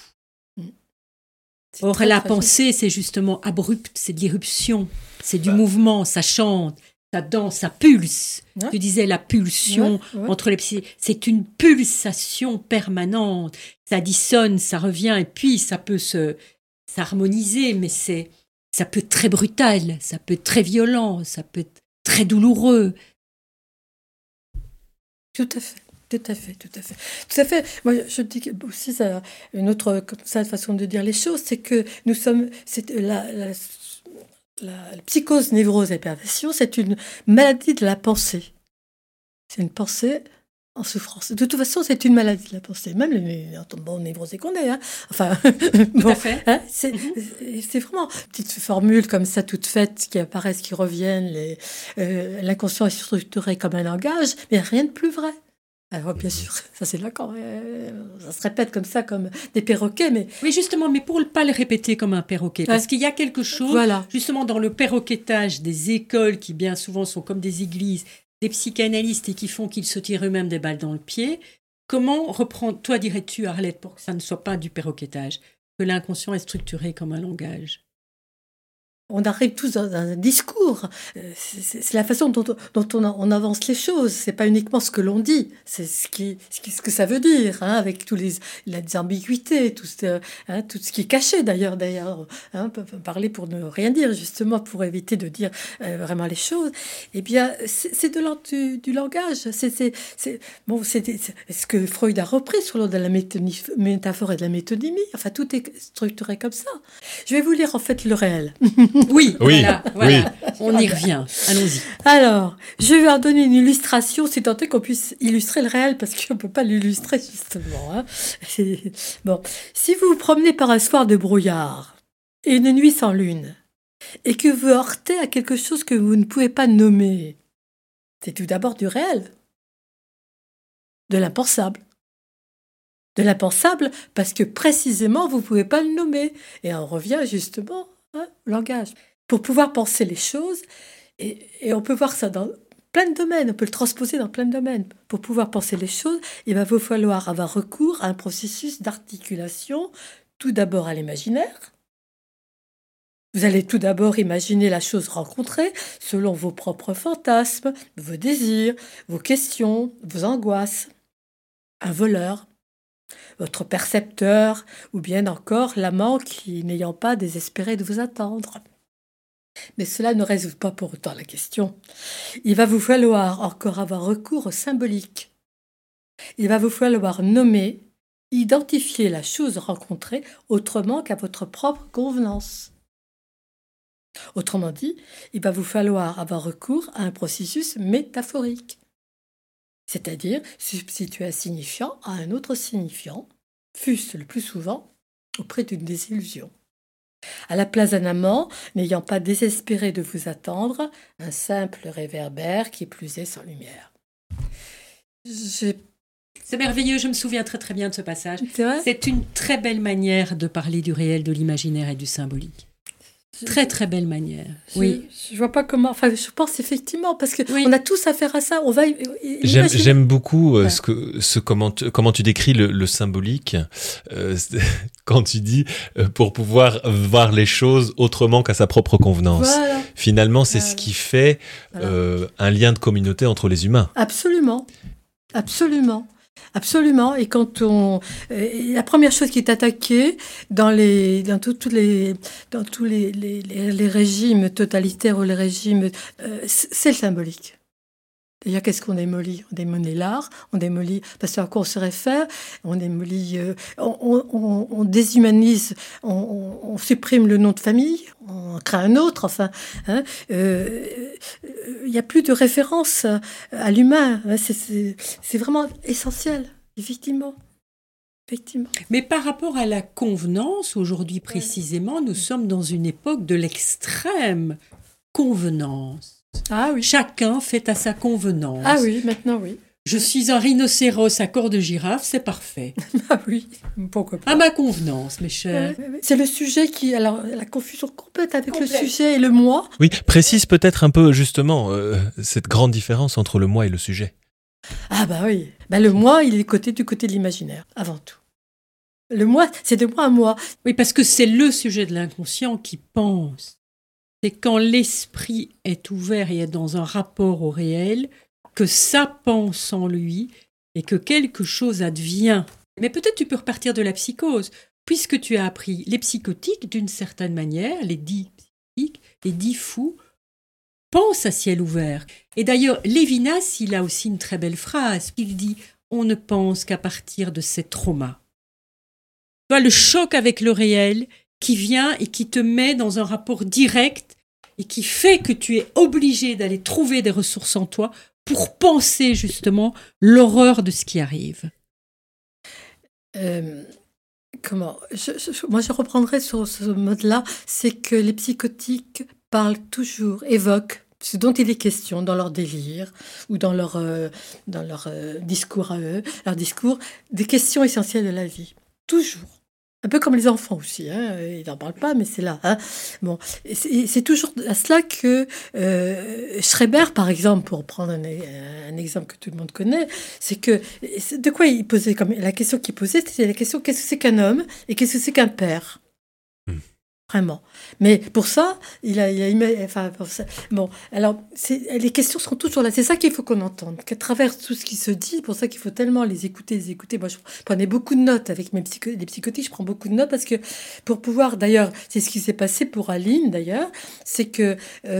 C'est Or, très, la très pensée, juste. c'est justement abrupt, c'est de l'irruption, c'est du Bah. mouvement, ça chante, ça danse, ça pulse. Ouais. Tu disais la pulsion Ouais, ouais. entre les psy... C'est une pulsation permanente. Ça dissonne, ça revient, et puis ça peut se s'harmoniser, mais c'est ça peut être très brutal, ça peut être très violent, ça peut être très douloureux. Tout à fait. Tout à fait, tout à fait. Tout à fait. Moi, je dis aussi ça, une autre comme ça, façon de dire les choses, c'est que nous sommes... C'est la, la, la, la psychose, névrose et perversion, c'est une maladie de la pensée. C'est une pensée en souffrance. De toute façon, c'est une maladie de la pensée. Même les bon, névrosés qu'on est. Hein. Enfin, Tout bon, à fait. hein, c'est, Mm-hmm. c'est vraiment une petite formule comme ça, toute faite, qui apparaissent, qui reviennent. Les, euh, l'inconscient est structuré comme un langage, mais rien de plus vrai. Alors bien sûr, ça c'est là quand euh, ça se répète comme ça, comme des perroquets, mais... Oui, justement, mais pour ne pas le répéter comme un perroquet, parce Ouais. qu'il y a quelque chose, Voilà. justement, dans le perroquetage des écoles, qui bien souvent sont comme des églises, des psychanalystes, et qui font qu'ils se tirent eux-mêmes des balles dans le pied. Comment reprendre, toi dirais-tu, Arlette, pour que ça ne soit pas du perroquetage, que l'inconscient est structuré comme un langage? On arrive tous dans un discours. C'est, c'est la façon dont, dont on, on avance les choses. C'est pas uniquement ce que l'on dit, c'est ce, qui, ce, qui, ce que ça veut dire, hein, avec tous les, les ambiguïtés, tout ce, hein, tout ce qui est caché d'ailleurs. d'ailleurs hein, on peut parler pour ne rien dire, justement, pour éviter de dire euh, vraiment les choses. Eh bien, c'est, c'est de l'ordre du, du langage. C'est, c'est, c'est, bon, c'est, c'est ce que Freud a repris sur l'ordre de la métaphore et de la métonymie. Enfin, tout est structuré comme ça. Je vais vous lire en fait le réel. Oui, oui, voilà, voilà. oui. On y revient. Allons-y. Alors, je vais en donner une illustration, si tant est qu'on puisse illustrer le réel, parce qu'on ne peut pas l'illustrer, justement. Hein. C'est... Bon. Si vous vous promenez par un soir de brouillard et une nuit sans lune, et que vous heurtez à quelque chose que vous ne pouvez pas nommer, c'est tout d'abord du réel, de l'impensable. De l'impensable, parce que précisément, vous ne pouvez pas le nommer. Et on revient justement hein, au langage. Pour pouvoir penser les choses, et, et on peut voir ça dans plein de domaines, on peut le transposer dans plein de domaines. Pour pouvoir penser les choses, il va vous falloir avoir recours à un processus d'articulation, tout d'abord à l'imaginaire. Vous allez tout d'abord imaginer la chose rencontrée selon vos propres fantasmes, vos désirs, vos questions, vos angoisses. Un voleur, votre percepteur, ou bien encore l'amant qui, n'ayant pas désespéré de vous attendre. Mais cela ne résout pas pour autant la question. Il va vous falloir encore avoir recours au symbolique. Il va vous falloir nommer, identifier la chose rencontrée autrement qu'à votre propre convenance. Autrement dit, il va vous falloir avoir recours à un processus métaphorique. C'est-à-dire substituer un signifiant à un autre signifiant, fût-ce le plus souvent auprès d'une désillusion. À la place d'un amant, n'ayant pas désespéré de vous attendre, un simple réverbère qui plus est sans lumière. J'ai... C'est merveilleux, je me souviens très très bien de ce passage. C'est vrai ? C'est une très belle manière de parler du réel, de l'imaginaire et du symbolique. Très très belle manière. Je, oui. Je vois pas comment. Enfin, je pense effectivement parce que oui. on a tous affaire à ça. On va. J'aime, j'aime beaucoup euh, ce que, ce comment, tu, comment tu décris le, le symbolique euh, quand tu dis euh, pour pouvoir voir les choses autrement qu'à sa propre convenance. Voilà. Finalement, c'est voilà. ce qui fait voilà. euh, un lien de communauté entre les humains. Absolument, absolument. Absolument. Et quand on, euh, la première chose qui est attaquée dans les, dans tout, tous les, dans tous les, les, les, les régimes totalitaires ou les régimes, euh, c'est le symbolique. D'ailleurs, qu'est-ce qu'on démolit ? On démolit l'art, on démolit, parce qu'à quoi on se réfère, on démolit, euh, on, on, on déshumanise, on, on, on supprime le nom de famille, on crée un autre, enfin, hein, euh, il n'y a plus de référence à l'humain, hein, c'est, c'est, c'est vraiment essentiel, effectivement. Effectivement. Mais par rapport à la convenance, aujourd'hui précisément, nous sommes dans une époque de l'extrême convenance. Ah oui. Chacun fait à sa convenance. Ah oui, maintenant oui. Je suis un rhinocéros à corps de girafe, c'est parfait. Ah oui, pourquoi pas. À ma convenance, mes chers. Ouais, ouais, ouais. C'est le sujet qui... Alors, la confusion complète avec complète. Le sujet et le moi. Oui, précise peut-être un peu justement euh, cette grande différence entre le moi et le sujet. Ah bah oui. Bah, le moi, il est côté, du côté de l'imaginaire, avant tout. Le moi, c'est de moi à moi. Oui, parce que c'est le sujet de l'inconscient qui pense. C'est quand l'esprit est ouvert et est dans un rapport au réel que ça pense en lui et que quelque chose advient. Mais peut-être tu peux repartir de la psychose, puisque tu as appris les psychotiques d'une certaine manière, les dix psychotiques, les dix fous, pensent à ciel ouvert. Et d'ailleurs, Lévinas, il a aussi une très belle phrase. Il dit « On ne pense qu'à partir de ses traumas ». Tu vois, le choc avec le réel qui vient et qui te met dans un rapport direct et qui fait que tu es obligé d'aller trouver des ressources en toi pour penser justement l'horreur de ce qui arrive. Euh, comment je, je, Moi, je reprendrai sur ce mode-là, c'est que les psychotiques parlent toujours, évoquent ce dont il est question dans leur délire ou dans leur, euh, dans leur euh, discours à eux, leur discours, des questions essentielles de la vie. Toujours. Un peu comme les enfants aussi, hein. Ils n'en parlent pas, mais c'est là. Hein. Bon, c'est, c'est toujours à cela que euh, Schreber, par exemple, pour prendre un, un exemple que tout le monde connaît, c'est que de quoi il posait comme la question qu'il posait, c'était la question qu'est-ce que c'est qu'un homme et qu'est-ce que c'est qu'un père. Vraiment. Mais pour ça, il a, il a ima- enfin, pour ça- bon, alors, c'est, les questions seront toujours là. C'est ça qu'il faut qu'on entende. Qu'à travers tout ce qui se dit, pour ça qu'il faut tellement les écouter, les écouter. Moi, je prenais beaucoup de notes avec mes psycho, les psychotiques. Je prends beaucoup de notes parce que pour pouvoir, d'ailleurs, c'est ce qui s'est passé pour Aline, d'ailleurs, c'est que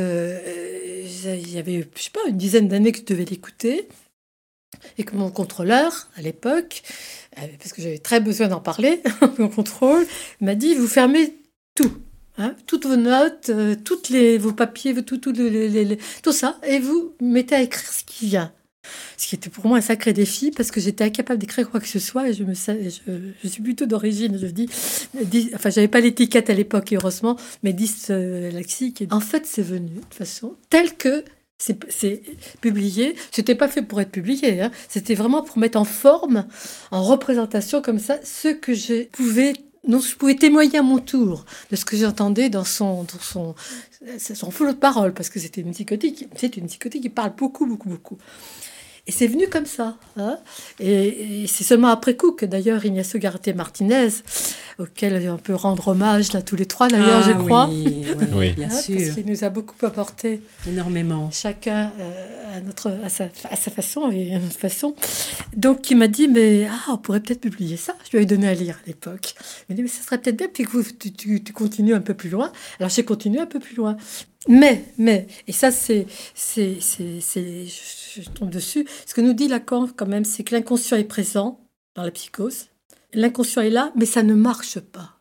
euh, il y avait, je sais pas, une dizaine d'années que je devais l'écouter. Et que mon contrôleur, à l'époque, euh, parce que j'avais très besoin d'en parler, mon contrôle, m'a dit, vous fermez tout. Hein, toutes vos notes, euh, toutes les, vos papiers, tout, tout, les, les, les, tout ça, et vous mettez à écrire ce qui vient. Ce qui était pour moi un sacré défi, parce que j'étais incapable d'écrire quoi que ce soit, et je, me, je, je suis plutôt d'origine, je dis, dis enfin, j'avais pas l'étiquette à l'époque, heureusement, mais dyslexique. En fait, c'est venu, de toute façon, tel que c'est, c'est publié. C'était pas fait pour être publié, hein. C'était vraiment pour mettre en forme, en représentation comme ça, ce que je pouvais, non, je pouvais témoigner à mon tour de ce que j'entendais dans son, dans son, son flot de parole, parce que c'était une psychotique, c'est une psychotique qui parle beaucoup, beaucoup, beaucoup. Et c'est venu comme ça. Hein, et, et c'est seulement après coup que d'ailleurs Ignacio Garate Martinez, auquel on peut rendre hommage là tous les trois d'ailleurs, ah, je crois. Oui, oui, Oui. bien Hein, sûr. parce qu'il nous a beaucoup apporté. Énormément. Chacun euh, à, notre, à, sa, à sa façon et à notre façon. Donc il m'a dit, mais ah, on pourrait peut-être publier ça. Je lui avais donné à lire à l'époque. Il m'a dit, mais ça serait peut-être bien que vous, tu, tu, tu continues un peu plus loin. Alors j'ai continué un peu plus loin. Mais, mais, et ça c'est, c'est, c'est, c'est je, je tombe dessus, ce que nous dit Lacan quand même, c'est que l'inconscient est présent dans la psychose. L'inconscient est là, mais ça ne marche pas.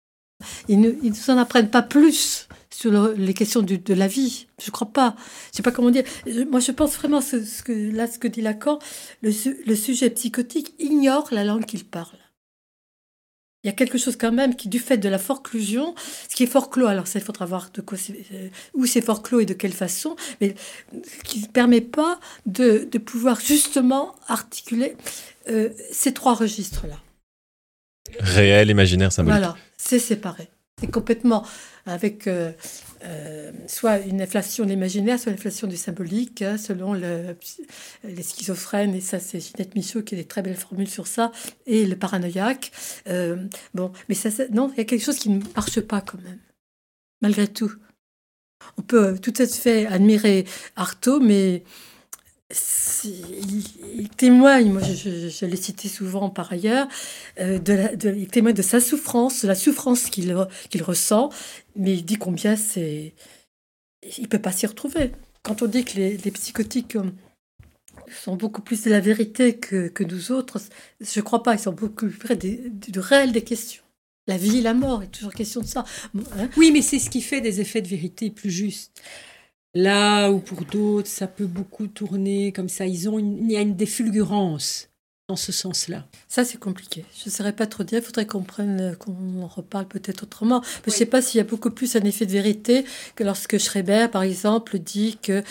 Ils ne ils nous en apprennent pas plus sur le, les questions du, de la vie. Je ne crois pas. Je ne sais pas comment dire. Je, moi, je pense vraiment, ce, ce que, là, ce que dit Lacan, le, le sujet psychotique ignore la langue qu'il parle. Il y a quelque chose quand même qui, du fait de la forclusion, ce qui est forclos, alors ça, il faudra voir de quoi c'est, euh, où c'est forclos et de quelle façon, mais qui ne permet pas de, de pouvoir justement articuler euh, ces trois registres-là. Réel, imaginaire, symbolique. Voilà, c'est séparé. C'est complètement avec euh, euh, soit une inflation de l'imaginaire, soit une inflation du symbolique, hein, selon le, les schizophrènes, et ça c'est Ginette Michaud qui a des très belles formules sur ça, et le paranoïaque. Euh, bon, mais ça, ça, non, il y a quelque chose qui ne marche pas quand même, malgré tout. On peut tout à fait admirer Artaud, mais il, il témoigne, moi je, je, je l'ai cité souvent par ailleurs, euh, de la, de, il témoigne de sa souffrance, de la souffrance qu'il, qu'il ressent, mais il dit combien c'est... Il ne peut pas s'y retrouver. Quand on dit que les, les psychotiques sont beaucoup plus de la vérité que, que nous autres, je ne crois pas, ils sont beaucoup plus près du réel des questions. La vie et la mort, il est toujours question de ça. Hein, oui, mais c'est ce qui fait des effets de vérité plus justes. Là où pour d'autres, ça peut beaucoup tourner comme ça. Ils ont une, il y a une défulgurance dans ce sens-là. Ça, c'est compliqué. Je ne saurais pas trop dire. Il faudrait qu'on prenne, qu'on en reparle peut-être autrement. Oui. Je ne sais pas s'il y a beaucoup plus un effet de vérité que lorsque Schreiber, par exemple, dit qu'il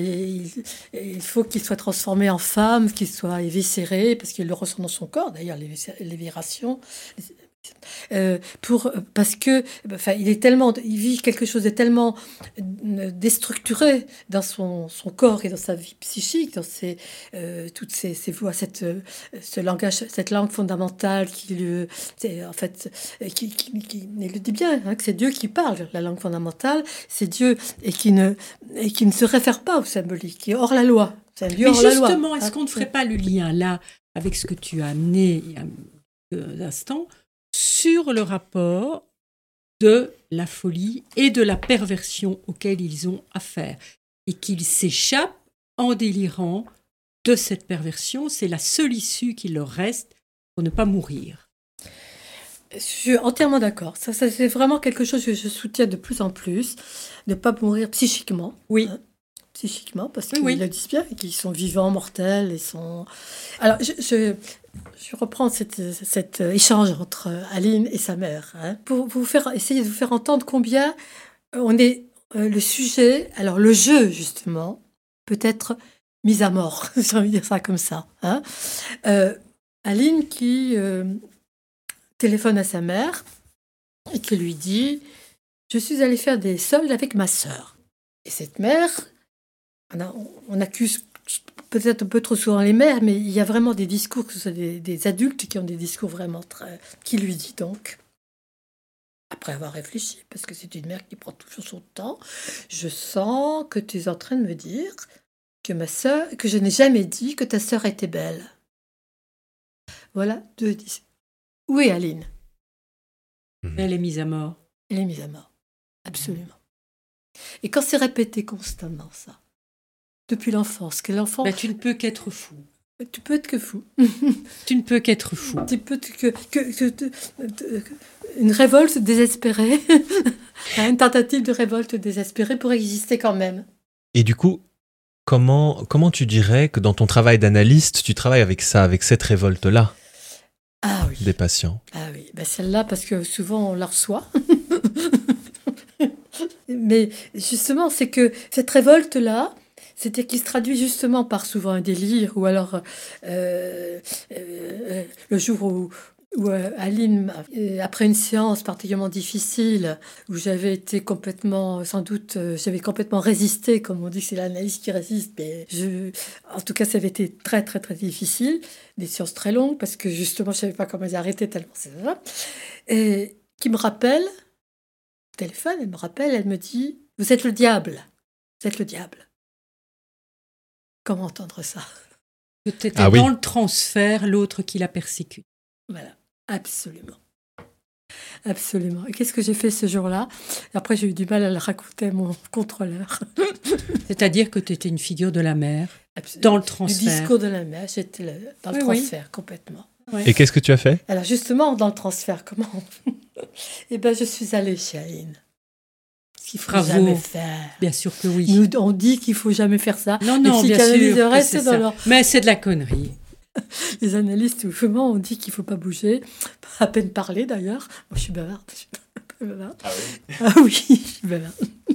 il faut qu'il soit transformé en femme, qu'il soit éviscéré, parce qu'il le ressent dans son corps, d'ailleurs, l'éviscération. Euh, pour, parce que enfin, il est tellement, il vit quelque chose de tellement déstructuré dans son, son corps et dans sa vie psychique, dans ses, euh, toutes ces, ces voix, cette, ce langage, cette langue fondamentale qui lui, en fait, qui, qui, qui il le dit bien, hein, que c'est Dieu qui parle, la langue fondamentale, c'est Dieu et qui ne, et qui ne se réfère pas au symbolique, qui est hors la loi. C'est un Dieu Mais hors la justement, loi, est-ce hein, qu'on ne ferait pas le lien là avec ce que tu as amené il y a un instant sur le rapport de la folie et de la perversion auxquelles ils ont affaire et qu'ils s'échappent en délirant de cette perversion. C'est la seule issue qu'il leur reste pour ne pas mourir. Je suis entièrement d'accord. Ça, ça, c'est vraiment quelque chose que je soutiens de plus en plus, ne pas mourir psychiquement. Oui. Hein, psychiquement, parce qu'ils oui. le disent bien, qu'ils sont vivants, mortels. Et sont... Alors, je, je, je reprends cette, cet échange entre Aline et sa mère, hein, pour vous faire, essayer de vous faire entendre combien on est euh, le sujet, alors le jeu, justement, peut être mis à mort, j'ai envie de dire ça comme ça. Hein. Euh, Aline qui euh, téléphone à sa mère et qui lui dit « Je suis allée faire des soldes avec ma sœur. » Et cette mère... On, a, on accuse peut-être un peu trop souvent les mères, mais il y a vraiment des discours, que ce soit des, des adultes qui ont des discours vraiment très... Qui lui dit donc après avoir réfléchi, parce que c'est une mère qui prend toujours son temps, je sens que tu es en train de me dire que ma sœur, que je n'ai jamais dit que ta sœur était belle. Voilà, deux dix. Où est Aline? Elle est mise à mort. Elle est mise à mort, absolument. Et quand c'est répété constamment, ça, depuis l'enfance, que l'enfant... Bah, tu ne peux qu'être fou. Tu peux être que fou. Tu ne peux qu'être fou. Tu peux que, que, que, que, que une révolte désespérée, une tentative de révolte désespérée pour exister quand même. Et du coup, comment, comment tu dirais que dans ton travail d'analyste, tu travailles avec ça, avec cette révolte-là ah oui. des patients? Ah oui, ben celle-là, parce que souvent on la reçoit. Mais justement, c'est que cette révolte-là, c'est-à-dire qu'il se traduit justement par souvent un délire, ou alors euh, euh, le jour où, où euh, Aline, euh, après une séance particulièrement difficile, où j'avais été complètement, sans doute, euh, j'avais complètement résisté, comme on dit que c'est l'analyse qui résiste, mais je, en tout cas ça avait été très très très difficile, des séances très longues, parce que justement je ne savais pas comment les arrêter tellement c'est ça, et qui me rappelle, au téléphone, elle me rappelle, elle me dit, vous êtes le diable, vous êtes le diable. Comment entendre ça? Peut-être Ah oui. dans le transfert, l'autre qui la persécute. Voilà, absolument. Absolument. Et qu'est-ce que j'ai fait ce jour-là? Après, j'ai eu du mal à le raconter à mon contrôleur. C'est-à-dire que tu étais une figure de la mère Absolument. dans le transfert. Du discours de la mère, j'étais le, dans le Oui, transfert, oui. Complètement. Ouais. Et qu'est-ce que tu as fait? Alors justement, dans le transfert, comment? Eh bien, je suis allée chez Aline. Ce qu'il faut Bravo. jamais faire. Bien sûr que oui. Nous, on dit qu'il faut jamais faire ça. Non, non, les bien sûr. psychanalystes que restent c'est dans ça. leur... Mais c'est de la connerie. Les analystes, souvent, on dit qu'il ne faut pas bouger. À peine parler, d'ailleurs. Moi, je suis bavarde. Je suis bavarde. Ah oui. Ah oui, je suis bavarde.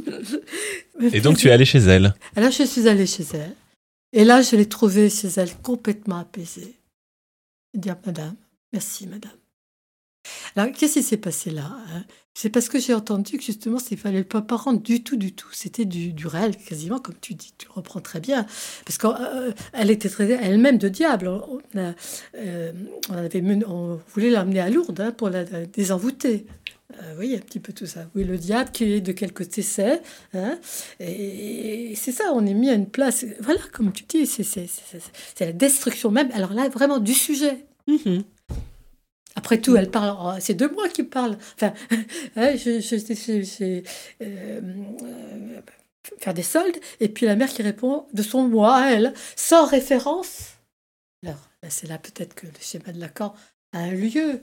Et donc, tu es allée chez elle? Alors, je suis allée chez elle. Et là, je l'ai trouvée chez elle complètement apaisée. Dire, madame, merci, madame. Alors, qu'est-ce qui s'est passé là, hein? C'est parce que j'ai entendu que justement, il ne fallait pas rendre du tout, du tout. C'était du, du réel, quasiment, comme tu dis, tu reprends très bien. Parce qu'elle euh, était très, elle-même de diable. On, a, euh, on, avait mené, on voulait l'amener à Lourdes hein, pour la, la désenvoûter. Euh, oui, un petit peu tout ça. Oui, le diable, qui est de quel côté c'est. Hein, et, et c'est ça, on est mis à une place. Voilà, comme tu dis, c'est, c'est, c'est, c'est la destruction même. Alors là, vraiment du sujet. Mm-hmm. Après tout, elle parle. Oh, c'est de moi qui parle. Enfin, hein, je, je, je, je, je euh, euh, faire des soldes. Et puis la mère qui répond de son moi à elle, sans référence. Alors, là, c'est là peut-être que le schéma de l'accord a un lieu.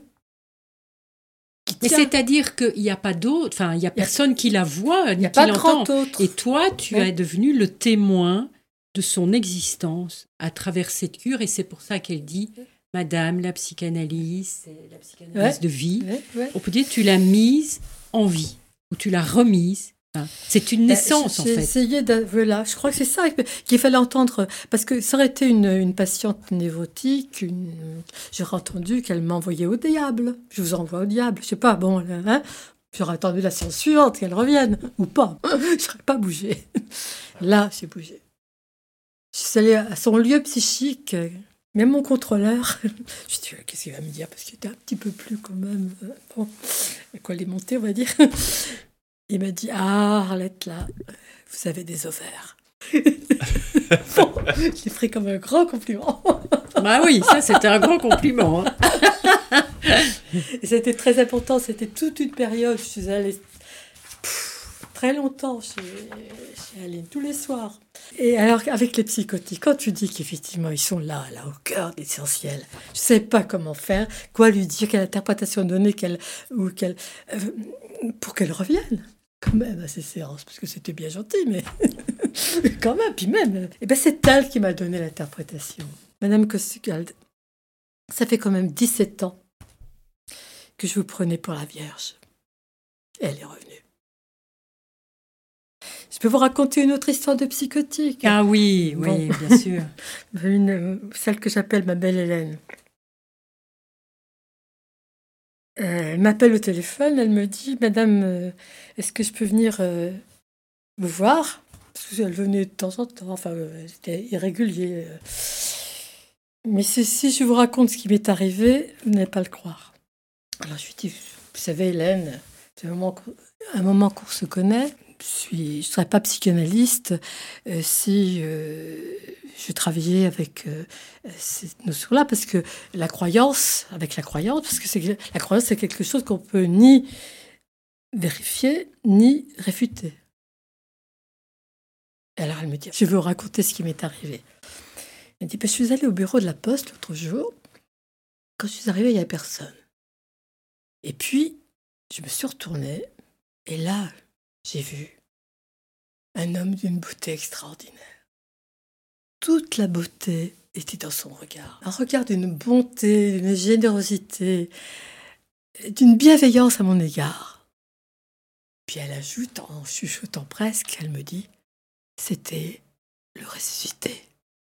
Mais c'est-à-dire qu'il n'y a pas d'autre, enfin, il n'y a personne qui la voit, ni qui l'entend. Et toi, tu ouais. es devenu le témoin de son existence à travers cette cure. Et c'est pour ça qu'elle dit... Madame, la psychanalyse, c'est la psychanalyse ouais, de vie. Ouais, ouais. On peut dire que tu l'as mise en vie, ou tu l'as remise. Enfin, c'est une naissance, bah, en fait. J'ai essayé de... Voilà, je crois que c'est ça qu'il fallait entendre. Parce que ça aurait été une, une patiente névrotique. Une... J'aurais entendu qu'elle m'envoyait au diable. Je vous envoie au diable. Je sais pas, bon, hein, j'aurais attendu la séance suivante, qu'elle revienne. Ou pas. Je n'aurais pas bougé. Là, j'ai bougé. Je suis allée à son lieu psychique... Même mon contrôleur, je me dis, qu'est-ce qu'il va me dire? Parce qu'il était un petit peu plus quand même, euh, bon, quoi les monter, on va dire. Il m'a dit, ah, Arlette, là, vous avez des ovaires. Bon, je l'ai pris comme un grand compliment. Bah oui, ça, c'était un grand compliment. Hein. Et c'était très important, c'était toute une période, je suis allée pff, très longtemps chez, chez Aline, tous les soirs. Et alors, avec les psychotiques, quand tu dis qu'effectivement, ils sont là, là, au cœur de l'essentiel, je ne sais pas comment faire, quoi lui dire, quelle interprétation donner, quelle, ou quelle, euh, pour qu'elle revienne, quand même, à ces séances, parce que c'était bien gentil, mais quand même, puis même, et ben c'est elle qui m'a donné l'interprétation. Madame Kostigald, ça fait quand même dix-sept ans que je vous prenais pour la Vierge. Et elle est revenue. Je peux vous raconter une autre histoire de psychotique. Ah oui, oui, bon. Bien sûr. Une, celle que j'appelle ma belle Hélène. Euh, elle m'appelle au téléphone, elle me dit, Madame, euh, est-ce que je peux venir euh, vous voir? Parce qu'elle venait de temps en temps, enfin, euh, c'était irrégulier. Euh. Mais si, si je vous raconte ce qui m'est arrivé, vous n'allez pas le croire. Alors je lui dis, vous savez Hélène, un moment, un moment qu'on se connaît. Je ne serais pas psychanalyste euh, si euh, je travaillais avec euh, cette notion-là, parce que la croyance, avec la croyance, parce que c'est, la croyance, c'est quelque chose qu'on peut ni vérifier, ni réfuter. Et alors elle me dit, je veux vous raconter ce qui m'est arrivé. Elle dit, ben, je suis allée au bureau de la Poste l'autre jour. Quand je suis arrivée, il n'y avait personne. Et puis, je me suis retournée, et là, j'ai vu un homme d'une beauté extraordinaire. Toute la beauté était dans son regard. Un regard d'une bonté, d'une générosité, d'une bienveillance à mon égard. Puis elle ajoute, en chuchotant presque, elle me dit, c'était le ressuscité.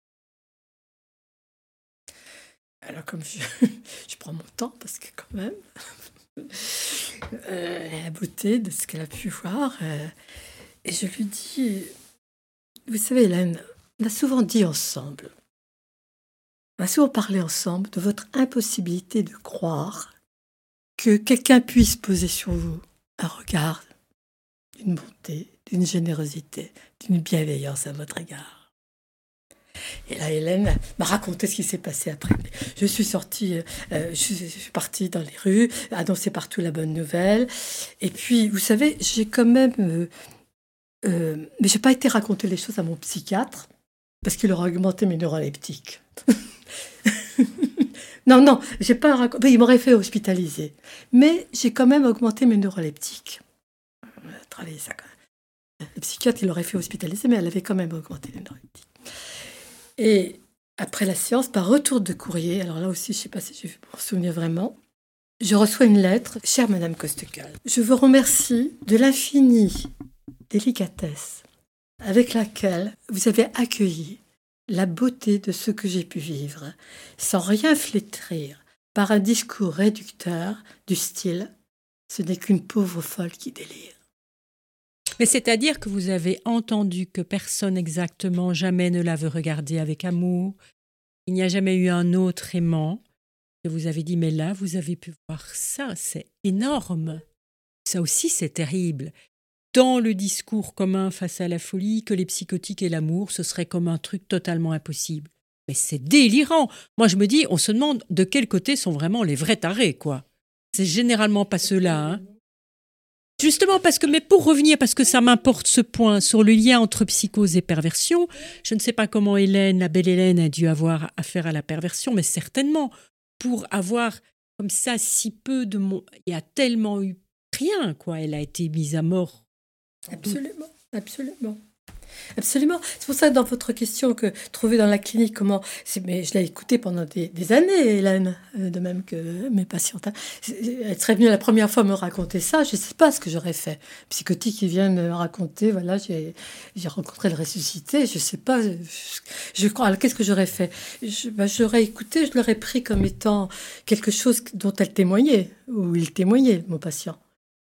Alors comme je, je prends mon temps, parce que quand même, euh, la beauté de ce qu'elle a pu voir... Euh, Et je lui dis, vous savez Hélène, on a souvent dit ensemble, on a souvent parlé ensemble de votre impossibilité de croire que quelqu'un puisse poser sur vous un regard d'une bonté, d'une générosité, d'une bienveillance à votre égard. Et là, Hélène m'a raconté ce qui s'est passé après. Je suis sortie, euh, je, suis, je suis partie dans les rues, annoncer partout la bonne nouvelle. Et puis, vous savez, j'ai quand même... Euh, Euh, mais je n'ai pas été raconter les choses à mon psychiatre parce qu'il aurait augmenté mes neuroleptiques. non, non, j'ai pas raconté. Il m'aurait fait hospitaliser. Mais j'ai quand même augmenté mes neuroleptiques. On a travaillé ça quand même. Le psychiatre, il l'aurait fait hospitaliser, mais elle avait quand même augmenté les neuroleptiques. Et après la séance, par retour de courrier, alors là aussi, je ne sais pas si je vais m'en souvenir vraiment, je reçois une lettre. Chère Madame Costecal, je vous remercie de l'infini délicatesse avec laquelle vous avez accueilli la beauté de ce que j'ai pu vivre, sans rien flétrir par un discours réducteur du style « ce n'est qu'une pauvre folle qui délire ». Mais c'est-à-dire que vous avez entendu que personne exactement jamais ne l'avait regardé avec amour, il n'y a jamais eu un autre aimant, et vous avez dit « mais là, vous avez pu voir ça, c'est énorme ». Ça aussi, c'est terrible. Dans le discours commun face à la folie, que les psychotiques et l'amour, ce serait comme un truc totalement impossible. Mais c'est délirant. Moi, je me dis, on se demande de quel côté sont vraiment les vrais tarés, quoi. C'est généralement pas ceux-là, hein. Justement parce que, mais pour revenir, parce que ça m'importe ce point sur le lien entre psychose et perversion, je ne sais pas comment Hélène, la belle Hélène, a dû avoir affaire à la perversion, mais certainement, pour avoir comme ça si peu de... Mon... Il y a tellement eu rien, quoi. Elle a été mise à mort. Absolument, absolument. Absolument. C'est pour ça que dans votre question que trouver dans la clinique comment... C'est, mais je l'ai écoutée pendant des, des années, Hélène, de même que mes patientes. Elle serait venue la première fois me raconter ça, je ne sais pas ce que j'aurais fait. Psychotique qui vient me raconter, voilà, j'ai, j'ai rencontré le ressuscité, je ne sais pas, je, je crois, alors qu'est-ce que j'aurais fait je, ben, j'aurais écouté, je l'aurais pris comme étant quelque chose dont elle témoignait, ou il témoignait, mon patient.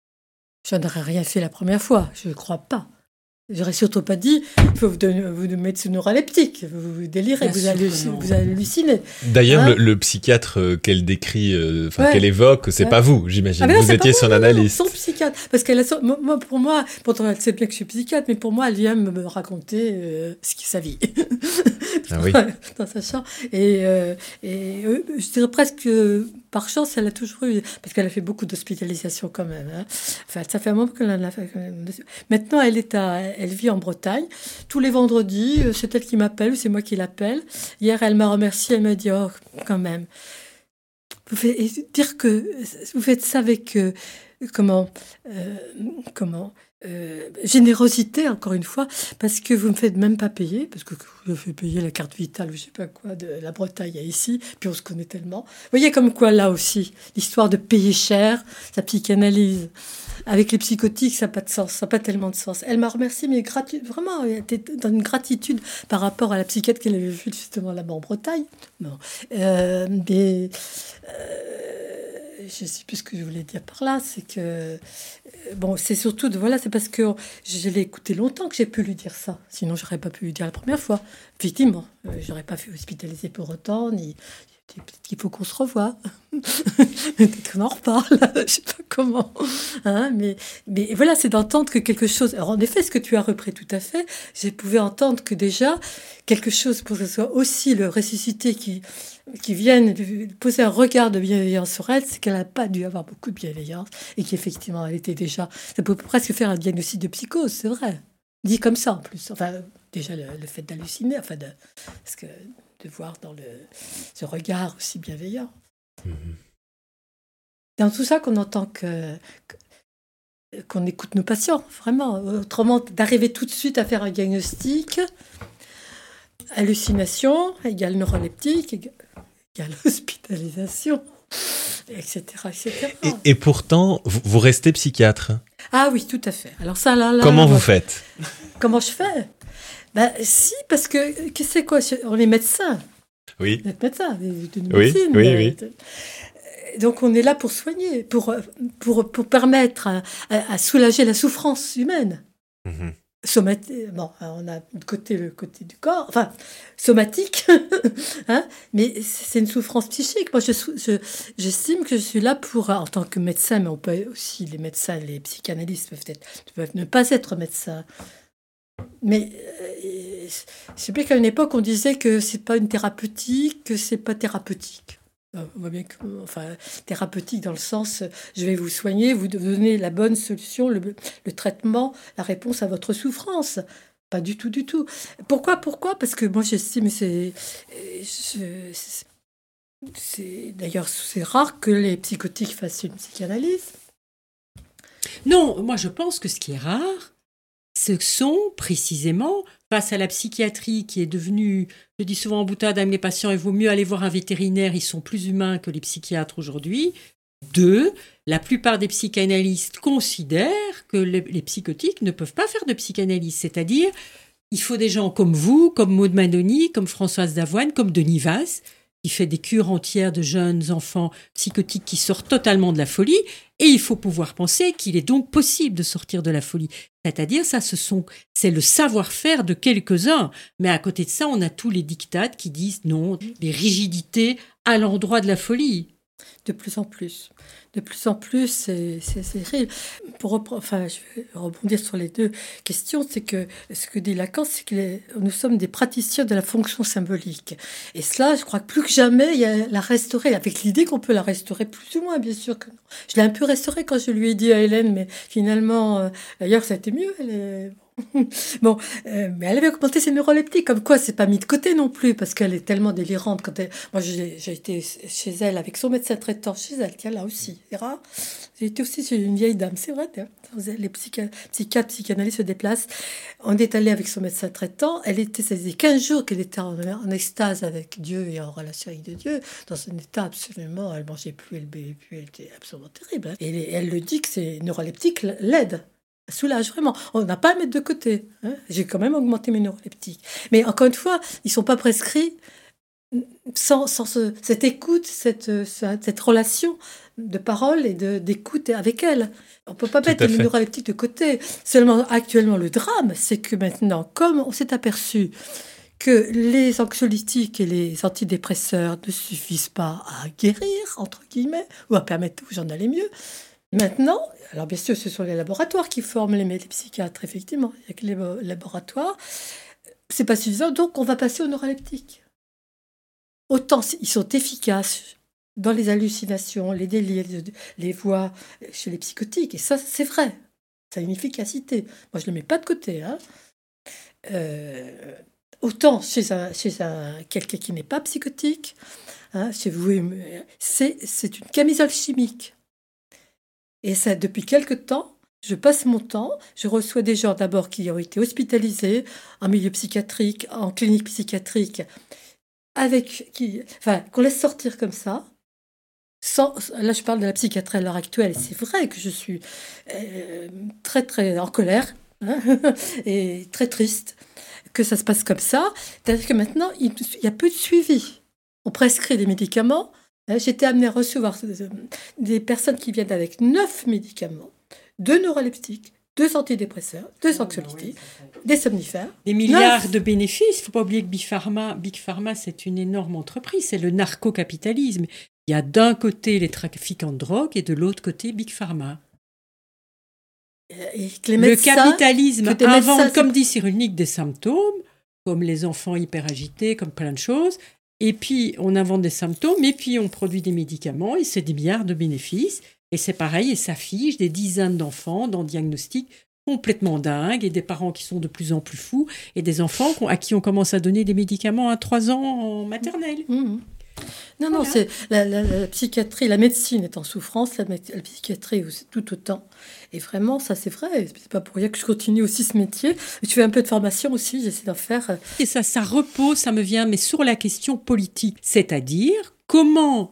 Je n'aurais rien fait la première fois, je ne crois pas. J'aurais surtout pas dit, il faut vous, donner, vous mettre sous neuroleptique, vous, vous délirez, vous, halluc- vous hallucinez. D'ailleurs, hein, le, le psychiatre euh, qu'elle décrit, enfin euh, ouais. qu'elle évoque, c'est ouais. pas vous, j'imagine. Ah non, vous étiez son analyste. Son psychiatre. Parce qu'elle a son, moi, pour moi, pourtant elle sait bien que je suis psychiatre, mais pour moi, elle vient me raconter euh, ce qui est sa vie. Ah oui. Dans sa chambre. Et, euh, et euh, je dirais presque que par chance, elle a toujours eu, parce qu'elle a fait beaucoup d'hospitalisation quand même. Hein. Enfin, ça fait un moment qu'elle en a fait. Maintenant, elle est à, elle vit en Bretagne. Tous les vendredis, c'est elle qui m'appelle, c'est moi qui l'appelle. Hier, elle m'a remercié, elle m'a dit, oh, quand même. Vous faites, dire que vous faites ça avec, euh, comment, euh, comment, Euh, générosité, encore une fois, parce que vous ne me faites même pas payer, parce que vous faites payer la carte vitale ou je sais pas quoi de la Bretagne à ici, puis on se connaît tellement. Vous voyez comme quoi là aussi, l'histoire de payer cher, sa psychanalyse. Avec les psychotiques, ça n'a pas de sens, ça n'a pas tellement de sens. Elle m'a remercié, mais gratu- vraiment, elle était dans une gratitude par rapport à la psychiatre qu'elle avait vue justement là-bas en Bretagne. Bon. Euh, mais... Euh, je ne sais plus ce que je voulais dire par là, c'est que bon, c'est surtout de voilà, c'est parce que je l'ai écouté longtemps que j'ai pu lui dire ça. Sinon, j'aurais pas pu lui dire la première fois. Effectivement, euh, j'aurais pas fait hospitaliser pour autant, ni peut-être qu'il faut qu'on se revoie. Peut-être qu'on en reparle, je ne sais pas comment. Hein, mais, mais voilà, c'est d'entendre que quelque chose... Alors en effet, ce que tu as repris tout à fait, j'ai pu entendre que déjà, quelque chose pour que ce soit aussi le ressuscité qui, qui vienne poser un regard de bienveillance sur elle, c'est qu'elle n'a pas dû avoir beaucoup de bienveillance et qu'effectivement, elle était déjà... Ça peut presque faire un diagnostic de psychose, c'est vrai. Dit comme ça, en plus. Enfin, déjà, le, le fait d'halluciner, enfin, de, parce que de voir dans le, ce regard aussi bienveillant. Mmh. Dans tout ça qu'on entend que, que, qu'on écoute nos patients, vraiment. Autrement, d'arriver tout de suite à faire un diagnostic, hallucination égale neuroleptique, égale hospitalisation, et cetera, et cetera. Et, et pourtant, vous, vous restez psychiatre. Ah oui, tout à fait. Alors ça, là, là, Comment là, vous faites? Comment je fais? Ben, si, parce que, que c'est quoi? On est médecins. Oui. On est médecins, de oui, médecine. Oui, oui, oui. Donc on est là pour soigner, pour, pour, pour permettre à, à, à soulager la souffrance humaine. Mm-hmm. Somatique, bon, on a de côté le côté du corps, enfin, somatique, hein, mais c'est une souffrance psychique. Moi, je, je, j'estime que je suis là pour, en tant que médecin, mais on peut aussi, les médecins, les psychanalystes peuvent, être, peuvent ne pas être médecins. Mais euh, je sais bien qu'à une époque, on disait que c'est pas une thérapeutique, que c'est pas thérapeutique. On voit bien que, enfin, thérapeutique dans le sens, je vais vous soigner, vous donner la bonne solution, le, le traitement, la réponse à votre souffrance. Pas du tout, du tout. Pourquoi, pourquoi? Parce que moi, j'estime, c'est, c'est, c'est, d'ailleurs, c'est rare que les psychotiques fassent une psychanalyse. Non, moi, je pense que ce qui est rare, ce sont précisément, face à la psychiatrie qui est devenue, je dis souvent en boutade à mes patients, il vaut mieux aller voir un vétérinaire, ils sont plus humains que les psychiatres aujourd'hui. Deux, la plupart des psychanalystes considèrent que les, les psychotiques ne peuvent pas faire de psychanalyse, c'est-à-dire il faut des gens comme vous, comme Maud Manoni, comme Françoise Davoine, comme Denis Vaz, qui fait des cures entières de jeunes enfants psychotiques qui sortent totalement de la folie, et il faut pouvoir penser qu'il est donc possible de sortir de la folie. C'est-à-dire, ça, ce sont, c'est le savoir-faire de quelques-uns, mais à côté de ça, on a tous les diktats qui disent non, des rigidités à l'endroit de la folie. De plus en plus. De plus en plus, c'est, c'est, c'est terrible. Pour repre- enfin, je vais rebondir sur les deux questions. C'est que ce que dit Lacan, c'est que les, nous sommes des praticiens de la fonction symbolique. Et cela, je crois que plus que jamais, il y a la restaurer, avec l'idée qu'on peut la restaurer plus ou moins, bien sûr que non. Je l'ai un peu restaurée quand je lui ai dit à Hélène, mais finalement, euh, d'ailleurs, ça a été mieux. Elle est... Bon, euh, mais elle avait augmenté ses neuroleptiques, comme quoi c'est pas mis de côté non plus, parce qu'elle est tellement délirante. Quand elle... Moi, j'ai, j'ai été chez elle avec son médecin traitant, chez elle, tiens, là aussi, c'est rare. J'ai été aussi chez une vieille dame, c'est vrai, les psychi- psychiatres, psychanalystes se déplacent. On est allé avec son médecin traitant, elle était, ça faisait quinze jours qu'elle était en, en extase avec Dieu et en relation avec Dieu, dans un état absolument, elle mangeait plus, elle buvait plus, elle était absolument terrible. Hein. Et elle le dit que ces neuroleptiques l'aident. Soulage, vraiment. On n'a pas à mettre de côté. Hein. J'ai quand même augmenté mes neuroleptiques. Mais encore une fois, ils ne sont pas prescrits sans, sans ce, cette écoute, cette, cette relation de parole et de, d'écoute avec elle. On ne peut pas mettre les neuroleptiques de côté. Seulement, actuellement, le drame, c'est que maintenant, comme on s'est aperçu que les anxiolytiques et les antidépresseurs ne suffisent pas à guérir, entre guillemets, ou à permettre aux gens d'aller mieux, maintenant, alors bien sûr, ce sont les laboratoires qui forment les, les psychiatres, effectivement. Il y a que les laboratoires. C'est pas suffisant, donc on va passer aux neuroleptiques. Autant ils sont efficaces dans les hallucinations, les délires, les voix chez les psychotiques. Et ça, c'est vrai. Ça a une efficacité. Moi, je ne le mets pas de côté. Hein. Euh, autant chez, un, chez un, quelqu'un qui n'est pas psychotique, hein, chez vous, c'est, c'est une camisole chimique. Et ça, depuis quelque temps, je passe mon temps, je reçois des gens d'abord qui ont été hospitalisés en milieu psychiatrique, en clinique psychiatrique, avec qui, enfin, qu'on laisse sortir comme ça. Sans, là, je parle de la psychiatrie à l'heure actuelle. C'est vrai que je suis euh, très, très en colère hein, et très triste que ça se passe comme ça. C'est-à-dire que maintenant, il, il y a peu de suivi. On prescrit des médicaments. J'étais amenée à recevoir des personnes qui viennent avec neuf médicaments, deux neuroleptiques, deux antidépresseurs, deux anxiolytiques, des somnifères. Des milliards Neuf. de bénéfices. Il ne faut pas oublier que Big Pharma, Big Pharma, c'est une énorme entreprise. C'est le narcocapitalisme. Il y a d'un côté les trafiquants de drogue et de l'autre côté Big Pharma. Et que les Le médecins, capitalisme que des invente, médecins, comme dit Cyrulnik, des symptômes, comme les enfants hyper agités, comme plein de choses. Et puis, on invente des symptômes, et puis on produit des médicaments, et c'est des milliards de bénéfices. Et c'est pareil, et s'affiche des dizaines d'enfants dans diagnostics complètement dingues, et des parents qui sont de plus en plus fous, et des enfants à qui on commence à donner des médicaments à trois ans en maternelle. Mmh. Non, non, Voilà. c'est la, la, la psychiatrie, la médecine est en souffrance, la, la psychiatrie aussi, tout autant. Et vraiment, ça c'est vrai. C'est pas pour rien que je continue aussi ce métier. Je fais un peu de formation aussi, j'essaie d'en faire. Et ça, ça repose, ça me vient, mais sur la question politique. C'est-à-dire, comment,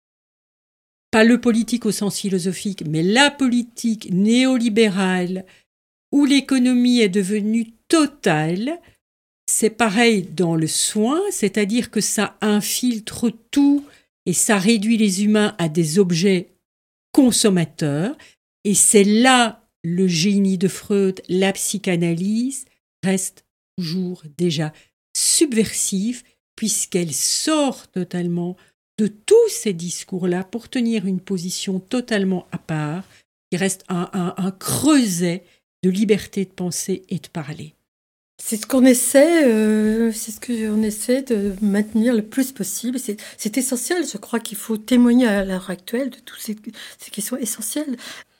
pas le politique au sens philosophique, mais la politique néolibérale, où l'économie est devenue totale, c'est pareil dans le soin, c'est-à-dire que ça infiltre tout et ça réduit les humains à des objets consommateurs. Et c'est là le génie de Freud, la psychanalyse, reste toujours déjà subversive, puisqu'elle sort totalement de tous ces discours-là pour tenir une position totalement à part, qui reste un, un, un creuset de liberté de penser et de parler. C'est ce qu'on essaie, euh, c'est ce qu'on essaie de maintenir le plus possible. C'est, c'est essentiel, je crois qu'il faut témoigner à l'heure actuelle de toutes ces, ces questions essentielles.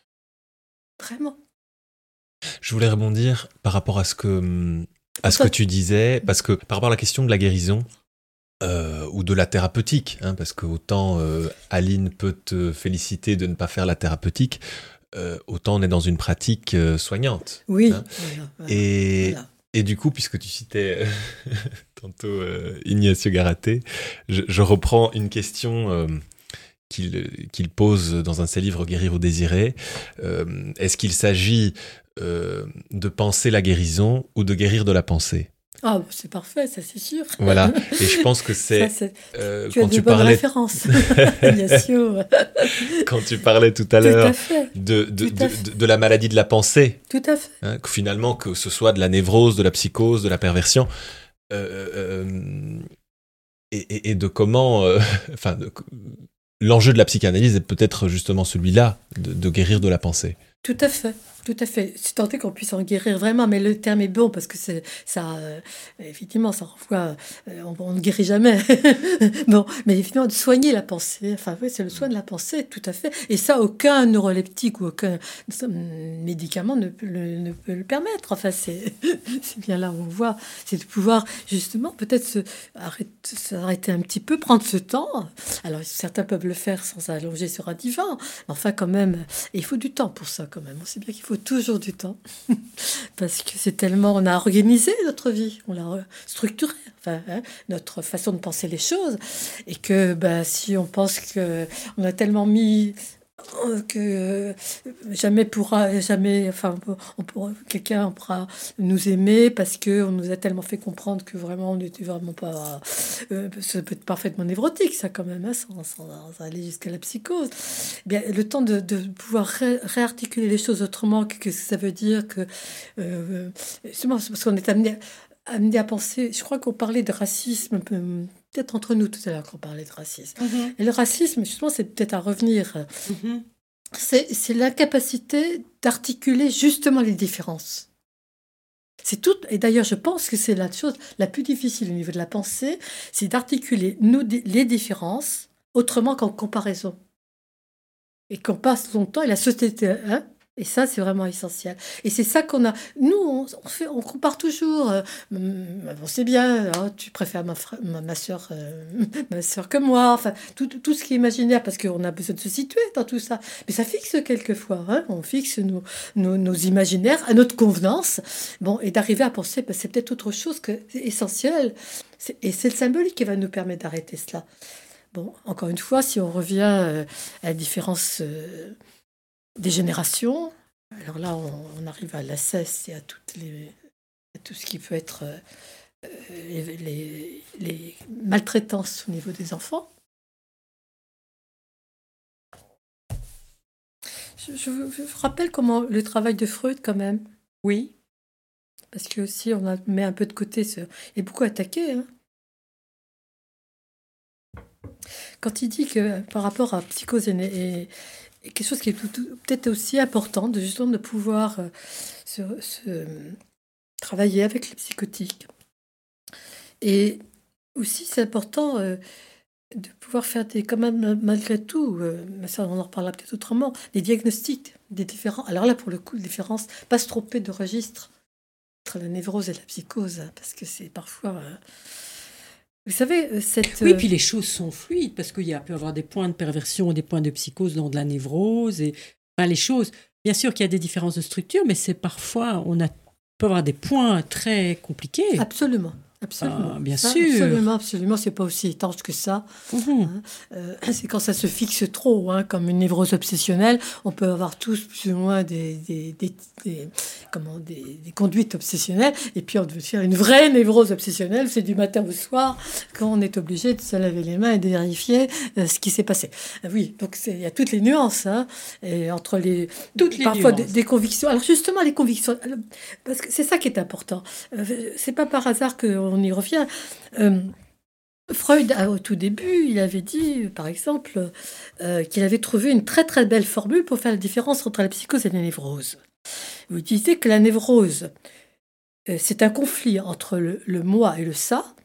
Vraiment. Je voulais rebondir par rapport à ce que, à ce que tu disais, parce que par rapport à la question de la guérison, euh, ou de la thérapeutique, hein, parce que autant euh, Aline peut te féliciter de ne pas faire la thérapeutique, euh, autant on est dans une pratique euh, soignante. Oui. Hein. Voilà, voilà, et, voilà. et du coup, puisque tu citais euh, tantôt euh, Ignacio Garaté, je, je reprends une question euh, qu'il, qu'il pose dans un de ses livres, Guérir ou désirer. Euh, est-ce qu'il s'agit euh, de penser la guérison ou de guérir de la pensée ? Ah, c'est parfait, ça c'est sûr. Voilà, et je pense que c'est, Ça, c'est... euh, tu quand as de tu bonnes parlais, références, Ignacio. quand tu parlais tout à Tout l'heure à fait, de, de, tout à de, fait. de, de la maladie de la pensée, Tout à fait. hein, que finalement que ce soit de la névrose, de la psychose, de la perversion, euh, euh, et, et, et de comment, euh, enfin, de, l'enjeu de la psychanalyse est peut-être justement celui-là, de, de guérir de la pensée. Tout à fait, tout à fait. C'est tenté qu'on puisse en guérir vraiment, mais le terme est bon parce que c'est ça, euh, effectivement, ça renvoie, euh, on, on ne guérit jamais. Bon, mais effectivement, de soigner la pensée, enfin, oui, c'est le soin de la pensée, tout à fait. Et ça, aucun neuroleptique ou aucun médicament ne peut le, ne peut le permettre. Enfin, c'est, c'est bien là où on voit, c'est de pouvoir justement peut-être se arrêter, s'arrêter un petit peu, prendre ce temps. Alors, certains peuvent le faire sans allonger sur un divan, mais enfin, quand même, il faut du temps pour ça. Quand même. On sait bien qu'il faut toujours du temps parce que c'est tellement, on a organisé notre vie, on l'a structuré, enfin, hein, notre façon de penser les choses, et que ben, si on pense que on a tellement mis que euh, jamais pourra, jamais, enfin, on pourra, quelqu'un pourra nous aimer parce que on nous a tellement fait comprendre que vraiment on n'était vraiment pas, euh, ça peut être parfaitement névrotique, ça quand même, hein, sans, sans, sans aller jusqu'à la psychose. Eh bien, le temps de, de pouvoir ré, réarticuler les choses autrement, que, que ça veut dire que, euh, justement, parce qu'on est amené, amené à penser. Je crois qu'on parlait de racisme. Peut-être entre nous tout à l'heure qu'on parlait de racisme. Mm-hmm. Et le racisme, justement, c'est peut-être à revenir. Mm-hmm. C'est, c'est l'incapacité d'articuler justement les différences. C'est tout. Et d'ailleurs, je pense que c'est la chose la plus difficile au niveau de la pensée, c'est d'articuler nos, les différences autrement qu'en comparaison. Et qu'on passe son temps, et la société... Hein, et ça, c'est vraiment essentiel. Et c'est ça qu'on a... Nous, on, on, fait, on compare toujours. Euh, on sait bien, oh, tu préfères ma, ma, ma, soeur, euh, ma soeur que moi. Enfin, tout, tout ce qui est imaginaire, parce qu'on a besoin de se situer dans tout ça. Mais ça fixe quelquefois. Hein, on fixe nos, nos, nos imaginaires à notre convenance. Bon, et d'arriver à penser, ben, c'est peut-être autre chose que c'est essentiel. C'est, et c'est le symbolique qui va nous permettre d'arrêter cela. Bon, encore une fois, si on revient euh, à la différence... Euh, des générations. Alors là, on, on arrive à l'A C E S et à, toutes les, à tout ce qui peut être euh, les, les, les maltraitances au niveau des enfants. Je, je, je rappelle comment le travail de Freud, quand même. Oui. Parce que aussi, on a met un peu de côté ce... Il est beaucoup attaqué. Hein. Quand il dit que par rapport à psychose et, et, et quelque chose qui est tout, tout, peut-être aussi important, de justement de pouvoir euh, se, se, travailler avec les psychotiques. Et aussi, c'est important euh, de pouvoir faire des, quand même, malgré tout, euh, mais ça on en reparlera peut-être autrement, des diagnostics, des différents. Alors là, pour le coup, la différence, pas se tromper de registre entre la névrose et la psychose, hein, parce que c'est parfois. Euh, vous savez, cette. Oui, puis les choses sont fluides, parce qu'il y a, peut y avoir des points de perversion et des points de psychose dans de la névrose. Et, enfin, les choses. Bien sûr qu'il y a des différences de structure, mais c'est parfois. On a, peut avoir des points très compliqués. Absolument. Absolument. Ah, bien ça, sûr. Absolument, absolument. C'est pas aussi étanche que ça. Mmh. Hein. Euh, c'est quand ça se fixe trop, hein, comme une névrose obsessionnelle. On peut avoir tous plus ou moins des, des, des, des, comment, des, des conduites obsessionnelles. Et puis, on peut faire une vraie névrose obsessionnelle. C'est du matin au soir, quand on est obligé de se laver les mains et de vérifier euh, ce qui s'est passé. Euh, oui, donc il y a toutes les nuances. Hein, et entre les, toutes les parfois nuances. Des, des convictions. Alors, justement, les convictions. Parce que c'est ça qui est important. Euh, c'est pas par hasard que on y revient. Euh, Freud, au tout début, il avait dit, par exemple, euh, qu'il avait trouvé une très très belle formule pour faire la différence entre la psychose et la névrose. Il disait que la névrose, euh, c'est un conflit entre le, le moi et le ça,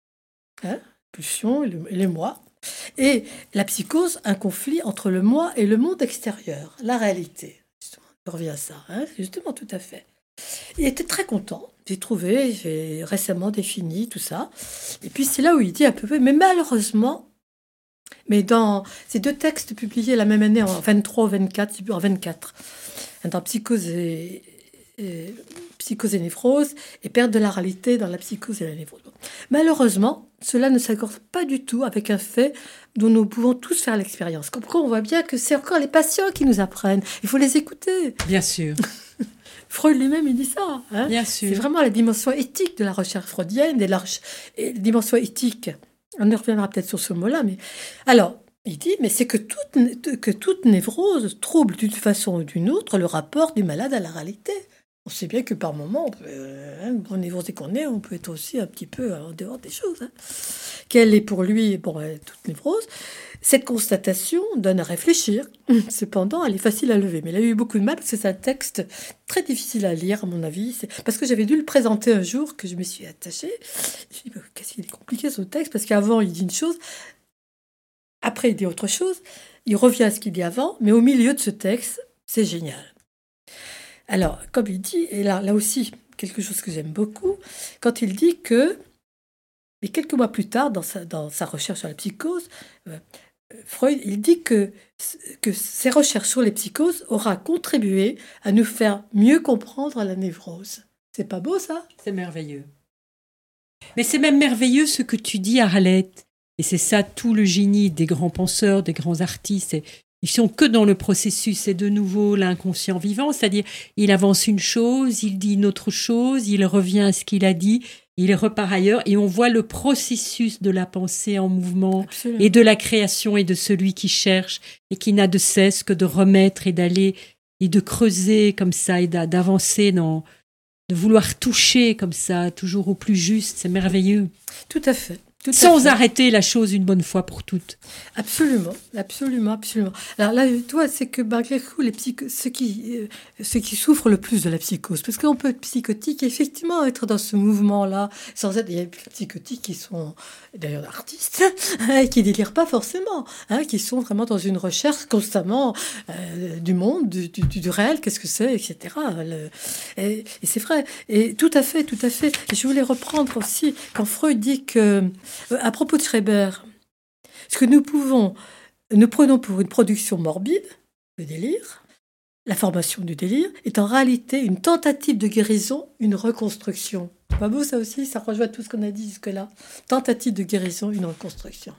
hein, pulsion et, le, et les moi, et la psychose, un conflit entre le moi et le monde extérieur, la réalité. Je reviens à ça, hein, justement, tout à fait. Il était très content. J'ai trouvé, j'ai récemment défini tout ça. Et puis c'est là où il dit un peu, mais malheureusement, mais dans ces deux textes publiés la même année, en vingt-trois ou vingt-quatre, en vingt-quatre, dans Psychose et, et, Psychose et névrose, et Perte de la réalité dans la psychose et la névrose. Malheureusement, cela ne s'accorde pas du tout avec un fait dont nous pouvons tous faire l'expérience. Comme quoi, on voit bien que c'est encore les patients qui nous apprennent. Il faut les écouter. Bien sûr. Freud lui-même, il dit ça. Hein. Bien sûr. C'est vraiment la dimension éthique de la recherche freudienne, et la, et la dimension éthique. On y reviendra peut-être sur ce mot-là. Mais... Alors, il dit, mais c'est que toute, que toute névrose trouble d'une façon ou d'une autre le rapport du malade à la réalité. On sait bien que par moment, on peut, euh, hein, en névrosé qu'on est, on peut être aussi un petit peu en dehors des choses. Hein. Quelle est pour lui, bon, euh, toute névrose. Cette constatation donne à réfléchir. Cependant, elle est facile à lever. Mais il a eu beaucoup de mal parce que c'est un texte très difficile à lire, à mon avis. C'est parce que j'avais dû le présenter un jour que je me suis attachée. Je me suis dit, bah, qu'est-ce qu'il est compliqué ce texte? Parce qu'avant, il dit une chose. Après, il dit autre chose. Il revient à ce qu'il dit avant. Mais au milieu de ce texte, c'est génial. Alors, comme il dit, et là, là aussi, quelque chose que j'aime beaucoup, quand il dit que, mais quelques mois plus tard, dans sa, dans sa recherche sur la psychose, euh, Freud, il dit que, que ses recherches sur les psychoses aura contribué à nous faire mieux comprendre la névrose. C'est pas beau, ça? C'est merveilleux. Mais c'est même merveilleux ce que tu dis, Arlette. Et c'est ça tout le génie des grands penseurs, des grands artistes. Et ils sont que dans le processus. C'est de nouveau l'inconscient vivant. C'est-à-dire, il avance une chose, il dit une autre chose, il revient à ce qu'il a dit, il repart ailleurs. Et on voit le processus de la pensée en mouvement. Absolument. Et de la création et de celui qui cherche et qui n'a de cesse que de remettre et d'aller et de creuser comme ça et d'avancer dans... de vouloir toucher comme ça, toujours au plus juste. C'est merveilleux. Tout à fait. Tout Sans arrêter la chose une bonne fois pour toutes. Absolument, absolument, absolument. Alors là, toi, c'est que malgré tout, les psych... ceux, qui, euh, ceux qui souffrent le plus de la psychose, parce qu'on peut être psychotique et effectivement être dans ce mouvement-là, sans être... Il y a des psychotiques qui sont d'ailleurs artistes, hein, qui délirent pas forcément, hein, qui sont vraiment dans une recherche constamment euh, du monde, du, du, du réel, qu'est-ce que c'est, et cetera. Le... Et, et c'est vrai. Et tout à fait, tout à fait. Et je voulais reprendre aussi quand Freud dit que à propos de Schreber, ce que nous pouvons, nous prenons pour une production morbide, le délire, la formation du délire, est en réalité une tentative de guérison, une reconstruction. Pas beau ça aussi, ça rejoint tout ce qu'on a dit jusque-là. Tentative de guérison, une reconstruction.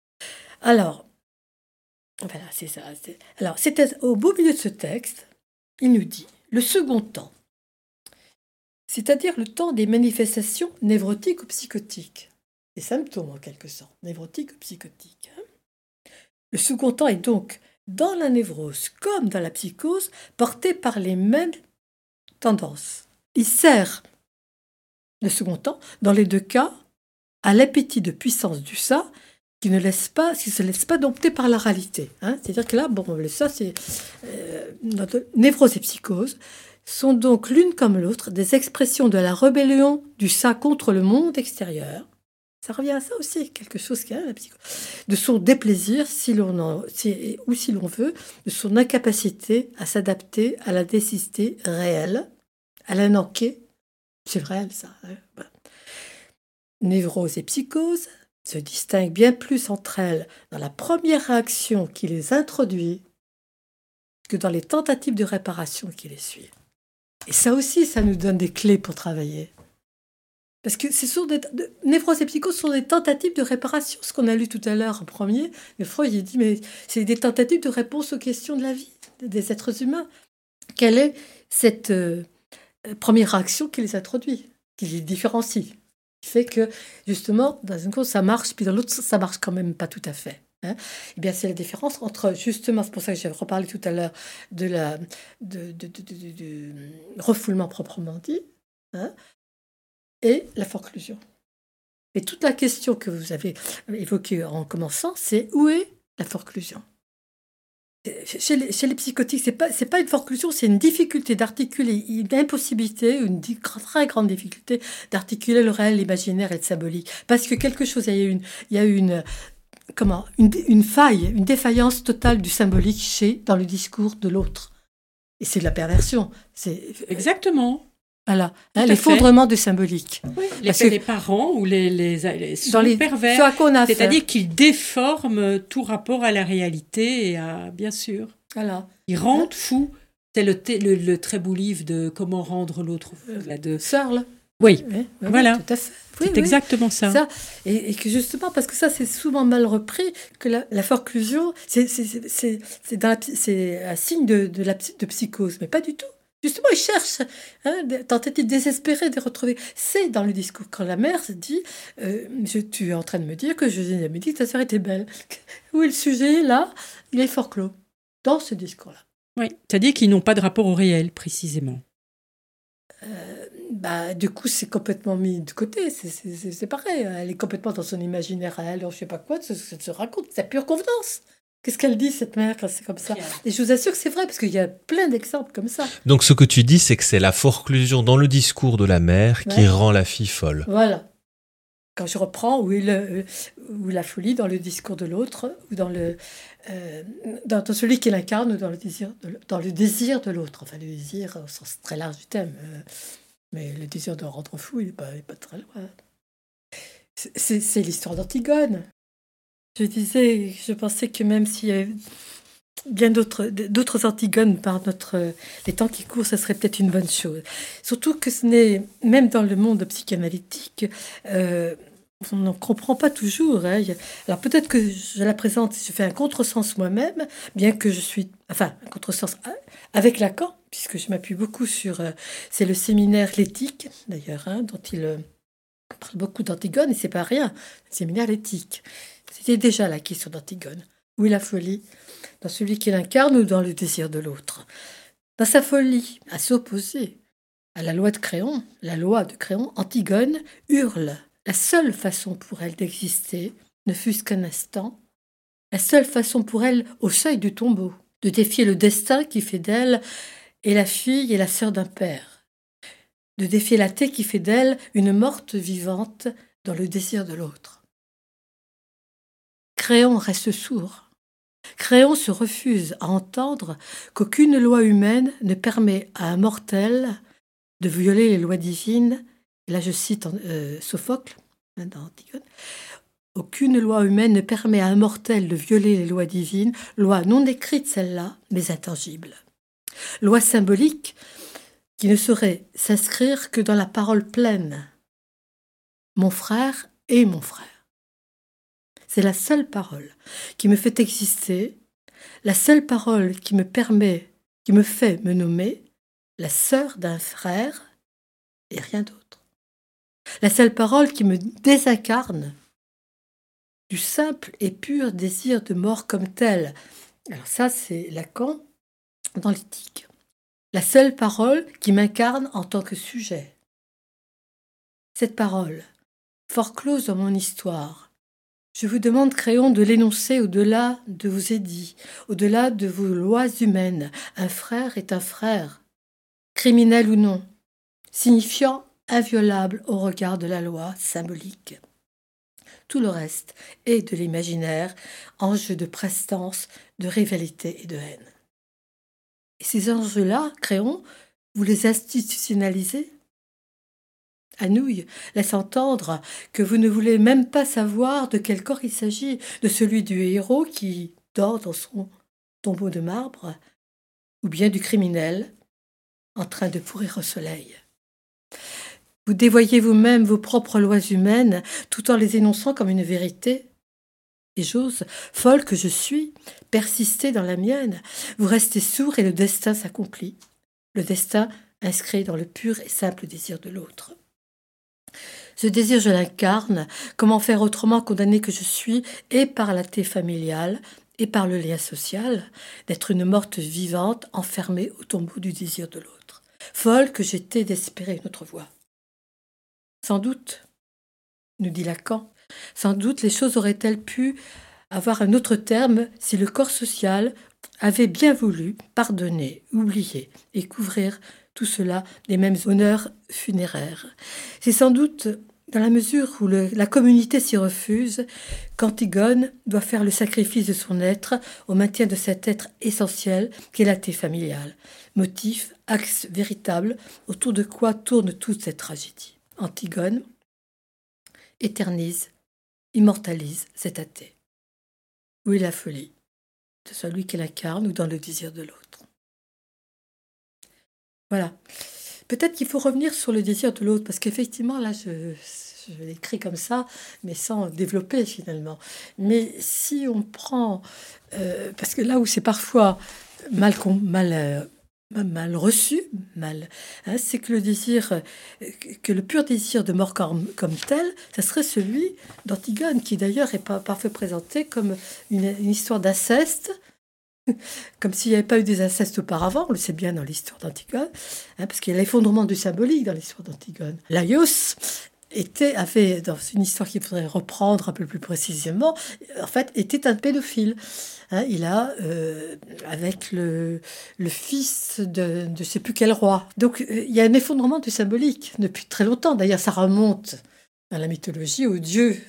Alors, voilà, c'est ça. C'est... Alors, c'était au beau milieu de ce texte, il nous dit le second temps, c'est-à-dire le temps des manifestations névrotiques ou psychotiques. Des symptômes en quelque sorte, névrotiques ou psychotiques. Le second temps est donc dans la névrose comme dans la psychose, porté par les mêmes tendances. Il sert, le second temps, dans les deux cas, à l'appétit de puissance du ça, qui ne laisse pas, qui se laisse pas dompter par la réalité. Hein. C'est-à-dire que là, bon, le ça, c'est euh, notre névrose et psychose sont donc l'une comme l'autre des expressions de la rébellion du ça contre le monde extérieur. Ça revient à ça aussi, quelque chose qui a la psychose, de son déplaisir, si l'on en, si, ou si l'on veut, de son incapacité à s'adapter à la nécessité réelle, à la manquer. C'est vrai, ça. Hein. Voilà. Névrose et psychose se distinguent bien plus entre elles dans la première réaction qui les introduit que dans les tentatives de réparation qui les suivent. Et ça aussi, ça nous donne des clés pour travailler. Parce que ce sont des, de, névrose et psychose sont des tentatives de réparation. Ce qu'on a lu tout à l'heure en premier, mais Freud il dit mais c'est des tentatives de réponse aux questions de la vie des êtres humains. Quelle est cette euh, première réaction qui les introduit, qui les différencie, qui fait que justement dans une cause ça marche, puis dans l'autre ça marche quand même pas tout à fait. Hein. Eh bien, c'est la différence entre justement, c'est pour ça que j'ai reparlé tout à l'heure de la de, de, de, de, de, de refoulement proprement dit. Hein, et la forclusion. Et toute la question que vous avez évoquée en commençant, c'est où est la forclusion ? Chez les, chez les psychotiques, ce n'est pas, c'est pas une forclusion, c'est une difficulté d'articuler, une impossibilité, une di- très grande difficulté d'articuler le réel, l'imaginaire et le symbolique. Parce que quelque chose, il y a une, il y a une, comment, une, une faille, une défaillance totale du symbolique chez, dans le discours de l'autre. Et c'est de la perversion. C'est, Exactement. Voilà, hein, l'effondrement du symbolique. Oui, les, que, les parents ou les, les, les dans les pervers, c'est-à-dire qu'ils déforment tout rapport à la réalité et à, bien sûr, voilà. Ils rendent hein? fou. C'est le, le, le très beau livre de Comment rendre l'autre fou. Là, de... Searle. Oui, oui, oui, voilà. Tout à fait. Oui, c'est oui. exactement ça. ça et, et que justement, parce que ça, c'est souvent mal repris, que la, la forclusion, c'est, c'est, c'est, c'est, c'est, dans la, c'est un signe de, de, la, de psychose, mais pas du tout. Justement, ils cherchent, hein, des tentatives désespérées de les retrouver. C'est dans le discours, quand la mère se dit euh, je, tu es en train de me dire que je me dit que ta sœur était belle. Où est le sujet, là, il est forclos, dans ce discours-là. Oui, c'est-à-dire qu'ils n'ont pas de rapport au réel, précisément. Euh, bah, du coup, c'est complètement mis de côté. C'est, c'est, c'est, c'est pareil. Elle est complètement dans son imaginaire à elle, je ne sais pas quoi, ça se, se raconte. C'est pure convenance. Qu'est-ce qu'elle dit, cette mère, quand c'est comme ça ? Et je vous assure que c'est vrai, parce qu'il y a plein d'exemples comme ça. Donc, ce que tu dis, c'est que c'est la forclusion dans le discours de la mère ouais. qui rend la fille folle. Voilà. Quand je reprends, ou, le, ou la folie dans le discours de l'autre, ou dans, le, euh, dans, dans celui qui l'incarne, ou dans le désir de, dans le désir de l'autre. Enfin, le désir au sens très large du thème. Euh, mais le désir de rendre fou, il n'est pas, pas très loin. C'est, c'est, c'est l'histoire d'Antigone. Je disais, je pensais que même s'il y avait bien d'autres, d'autres Antigones par notre, les temps qui courent, ça serait peut-être une bonne chose. Surtout que ce n'est, même dans le monde psychanalytique, euh, on n'en comprend pas toujours. Hein. Alors peut-être que je la présente, je fais un contresens moi-même, bien que je suis, enfin, un contresens avec Lacan, puisque je m'appuie beaucoup sur, euh, c'est le séminaire L'éthique, d'ailleurs, hein, dont il euh, parle beaucoup d'Antigone, et c'est pas rien, le séminaire L'éthique. C'était déjà la question d'Antigone. Où est la folie ? Dans celui qui l'incarne ou dans le désir de l'autre ? Dans sa folie, à s'opposer à la loi de Créon, la loi de Créon, Antigone hurle la seule façon pour elle d'exister, ne fût-ce qu'un instant, la seule façon pour elle au seuil du tombeau, de défier le destin qui fait d'elle et la fille et la sœur d'un père, de défier l'athée qui fait d'elle une morte vivante dans le désir de l'autre. Créon reste sourd. Créon se refuse à entendre qu'aucune loi humaine ne permet à un mortel de violer les lois divines. Et là, je cite euh, Sophocle, hein, dans Antigone. Aucune loi humaine ne permet à un mortel de violer les lois divines, loi non écrite celle-là, mais intangible. Loi symbolique qui ne saurait s'inscrire que dans la parole pleine. Mon frère est mon frère. C'est la seule parole qui me fait exister, la seule parole qui me permet, qui me fait me nommer la sœur d'un frère et rien d'autre. La seule parole qui me désincarne du simple et pur désir de mort comme tel. Alors ça, c'est Lacan dans l'éthique. La seule parole qui m'incarne en tant que sujet. Cette parole, fort close dans mon histoire, je vous demande, Créon, de l'énoncer au-delà de vos édits, au-delà de vos lois humaines. Un frère est un frère, criminel ou non, signifiant inviolable au regard de la loi symbolique. Tout le reste est de l'imaginaire, enjeu de prestance, de rivalité et de haine. Et ces enjeux-là, Créon, vous les institutionnalisez ? Anouilh laisse entendre que vous ne voulez même pas savoir de quel corps il s'agit, de celui du héros qui dort dans son tombeau de marbre, ou bien du criminel en train de pourrir au soleil. Vous dévoyez vous-même vos propres lois humaines tout en les énonçant comme une vérité. Et j'ose, folle que je suis, persister dans la mienne. Vous restez sourd et le destin s'accomplit. Le destin inscrit dans le pur et simple désir de l'autre. Ce désir, je l'incarne. Comment faire autrement condamné que je suis, et par la thé familiale, et par le lien social, d'être une morte vivante enfermée au tombeau du désir de l'autre. Folle que j'étais d'espérer une autre voie. Sans doute, nous dit Lacan, sans doute les choses auraient-elles pu avoir un autre terme si le corps social avait bien voulu pardonner, oublier et couvrir tout cela des mêmes honneurs funéraires. C'est sans doute dans la mesure où le, la communauté s'y refuse qu'Antigone doit faire le sacrifice de son être au maintien de cet être essentiel qu'est la thé familiale, motif, axe véritable autour de quoi tourne toute cette tragédie. Antigone éternise, immortalise cet athée. Où est la folie de celui qui l'incarne ou dans le désir de l'autre? Voilà. Peut-être qu'il faut revenir sur le désir de l'autre, parce qu'effectivement, là, je, je l'écris comme ça, mais sans développer finalement. Mais si on prend... Euh, parce que là où c'est parfois mal... mal euh, mal reçu, mal, hein, c'est que le désir, que le pur désir de mort comme, comme tel, ça serait celui d'Antigone, qui d'ailleurs est pas parfait présenté comme une, une histoire d'inceste, comme s'il n'y avait pas eu des incestes auparavant, on le sait bien dans l'histoire d'Antigone, hein, parce qu'il y a l'effondrement du symbolique dans l'histoire d'Antigone. Laios était, avait, dans une histoire qu'il faudrait reprendre un peu plus précisément, en fait, était un pédophile. Hein, il a, euh, avec le, le fils de je ne sais plus quel roi. Donc, euh, il y a un effondrement du symbolique depuis très longtemps. D'ailleurs, ça remonte dans la mythologie aux dieux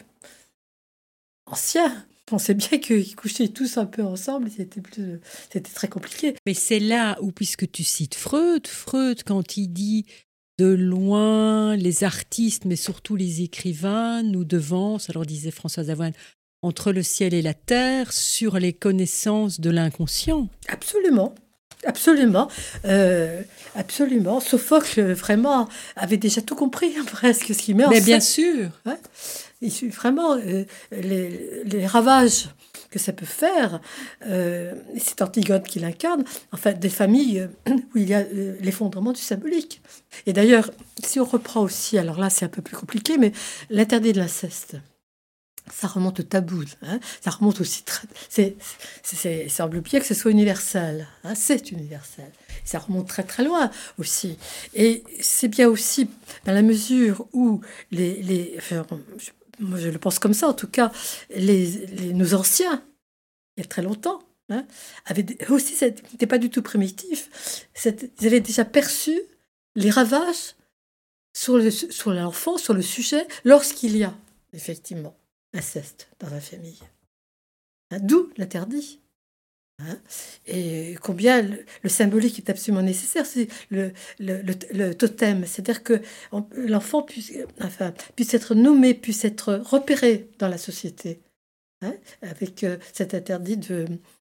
anciens. On sait bien qu'ils couchaient tous un peu ensemble, c'était, plus, c'était très compliqué. Mais c'est là où, puisque tu cites Freud, Freud, quand il dit de loin, les artistes, mais surtout les écrivains, nous devancent, alors disait Françoise Avoine, entre le ciel et la terre, sur les connaissances de l'inconscient. Absolument, absolument, euh, absolument. Sophocle, vraiment, avait déjà tout compris, hein, presque, ce qu'il met en Mais scène. bien sûr. Ouais. Et vraiment, euh, les, les ravages que ça peut faire, euh, c'est Antigone qui l'incarne, enfin, des familles où il y a euh, l'effondrement du symbolique. Et d'ailleurs, si on reprend aussi, alors là, c'est un peu plus compliqué, mais l'interdit de l'inceste. Ça remonte au tabou, hein. Ça remonte aussi... Très, c'est, c'est, c'est, semble bien que ce soit universel, hein. C'est universel. Ça remonte très très loin aussi. Et c'est bien aussi dans la mesure où les... les enfin, je, moi je le pense comme ça en tout cas, les, les, nos anciens, il y a très longtemps, hein, avaient aussi, c'était pas du tout primitif, ils avaient déjà perçu les ravages sur, le, sur l'enfant, sur le sujet, lorsqu'il y a effectivement inceste dans la famille. Hein, d'où l'interdit. Hein, et combien le, le symbolique est absolument nécessaire, c'est le, le, le, le totem, c'est-à-dire que on, l'enfant puisse, enfin, puisse être nommé, puisse être repéré dans la société, hein, avec euh, cet interdit de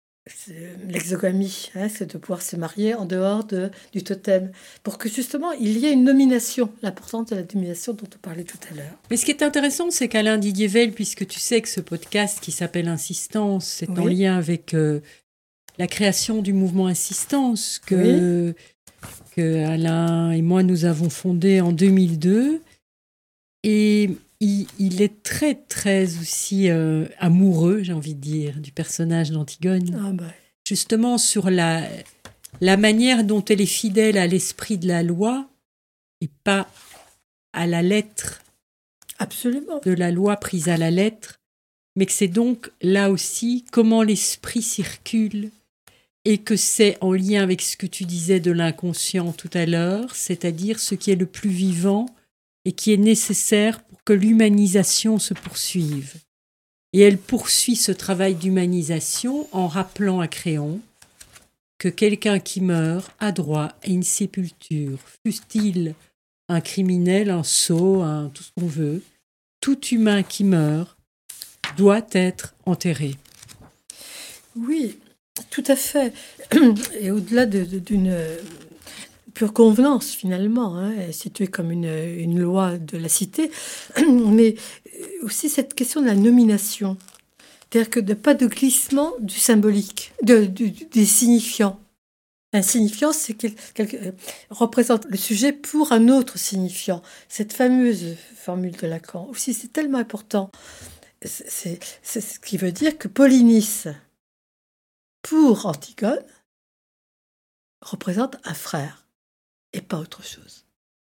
l'exogamie, hein, c'est de pouvoir se marier en dehors de, du totem, pour que justement il y ait une nomination, l'importance de la nomination dont on parlait tout à l'heure. Mais ce qui est intéressant, c'est qu'Alain Didier-Veil, puisque tu sais que ce podcast qui s'appelle Insistance, c'est oui. en lien avec euh, la création du mouvement Insistance que, oui. que Alain et moi nous avons fondé en deux mille deux, et il, il est très très aussi euh, amoureux, j'ai envie de dire, du personnage d'Antigone. Ah bah. justement sur la, la manière dont elle est fidèle à l'esprit de la loi et pas à la lettre Absolument. de la loi prise à la lettre, mais que c'est donc là aussi comment l'esprit circule et que c'est en lien avec ce que tu disais de l'inconscient tout à l'heure, c'est-à-dire ce qui est le plus vivant et qui est nécessaire pour que l'humanisation se poursuive. Et elle poursuit ce travail d'humanisation en rappelant à Créon que quelqu'un qui meurt a droit à une sépulture, fût-il un criminel, un sot, un, tout ce qu'on veut. Tout humain qui meurt doit être enterré. Oui, tout à fait. Et au-delà de, de, d'une pure convenance, finalement, hein, située comme une, une loi de la cité, mais aussi cette question de la nomination. C'est-à-dire que de, pas de glissement du symbolique, de, du, des signifiants. Un signifiant, c'est quel, quel, euh, représente le sujet pour un autre signifiant. Cette fameuse formule de Lacan, aussi, c'est tellement important. C'est, c'est, c'est ce qui veut dire que Polynice, pour Antigone, représente un frère et pas autre chose.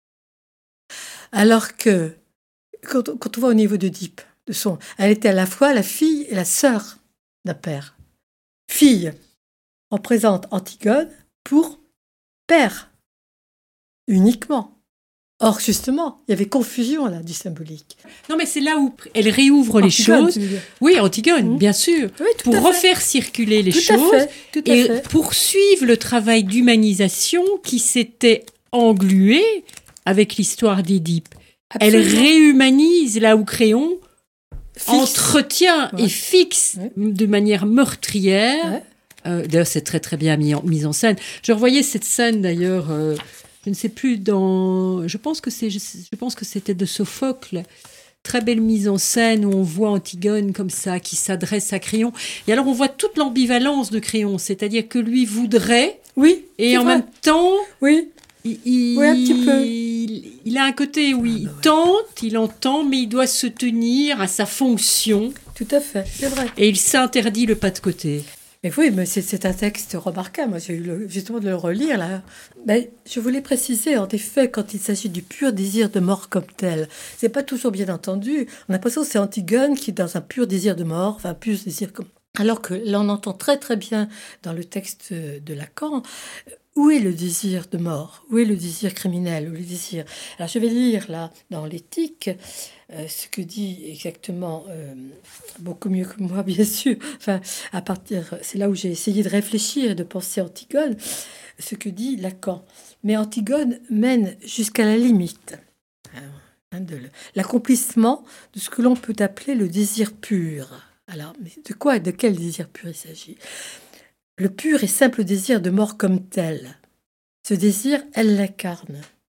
Alors que, quand, quand on va au niveau d'Œdipe, de son, elle était à la fois la fille et la sœur d'un père. Fille représente Antigone pour père, uniquement. Or, justement, il y avait confusion là du symbolique. Non, mais c'est là où elle réouvre les Antigone, choses. tu veux dire. Oui, Antigone, Mmh. bien sûr. Oui, tout Pour à fait. refaire circuler les Tout à choses fait, tout à et fait. poursuivre le travail d'humanisation qui s'était englué avec l'histoire d'Édipe. Elle Absolument. réhumanise là où Créon Fixe. entretient Ouais. et fixe Ouais. de manière meurtrière. Ouais. Euh, d'ailleurs, c'est très très bien mis en, mis en scène. Je revoyais cette scène d'ailleurs, euh, je ne sais plus dans, je pense que c'est, je, je pense que c'était de Sophocle. Très belle mise en scène où on voit Antigone comme ça qui s'adresse à Créon. Et alors on voit toute l'ambivalence de Créon, c'est-à-dire que lui voudrait Oui. et c'est en vrai. même temps Oui. il, il, Oui, un petit peu. il, il a un côté où il bah ouais. tente, il entend, mais il doit se tenir à sa fonction Tout à fait, c'est vrai. et il s'interdit le pas de côté. Mais oui, mais c'est, c'est un texte remarquable. Moi, j'ai eu le, justement de le relire là. Mais je voulais préciser, en effet, quand il s'agit du pur désir de mort comme tel, c'est pas toujours bien entendu. On a l'impression que c'est Antigone qui est dans un pur désir de mort, enfin, pur désir comme. Alors que là, on entend très très bien dans le texte de Lacan. Où est le désir de mort? Où est le désir criminel? Où est le désir... Alors, je vais lire, là, dans l'éthique, euh, ce que dit exactement, euh, beaucoup mieux que moi, bien sûr. Enfin, à partir... C'est là où j'ai essayé de réfléchir et de penser Antigone, ce que dit Lacan. Mais Antigone mène jusqu'à la limite, hein, de l'accomplissement de ce que l'on peut appeler le désir pur. Alors, mais de quoi et de quel désir pur il s'agit? Le pur et simple désir de mort comme tel. Ce désir, elle l'incarne.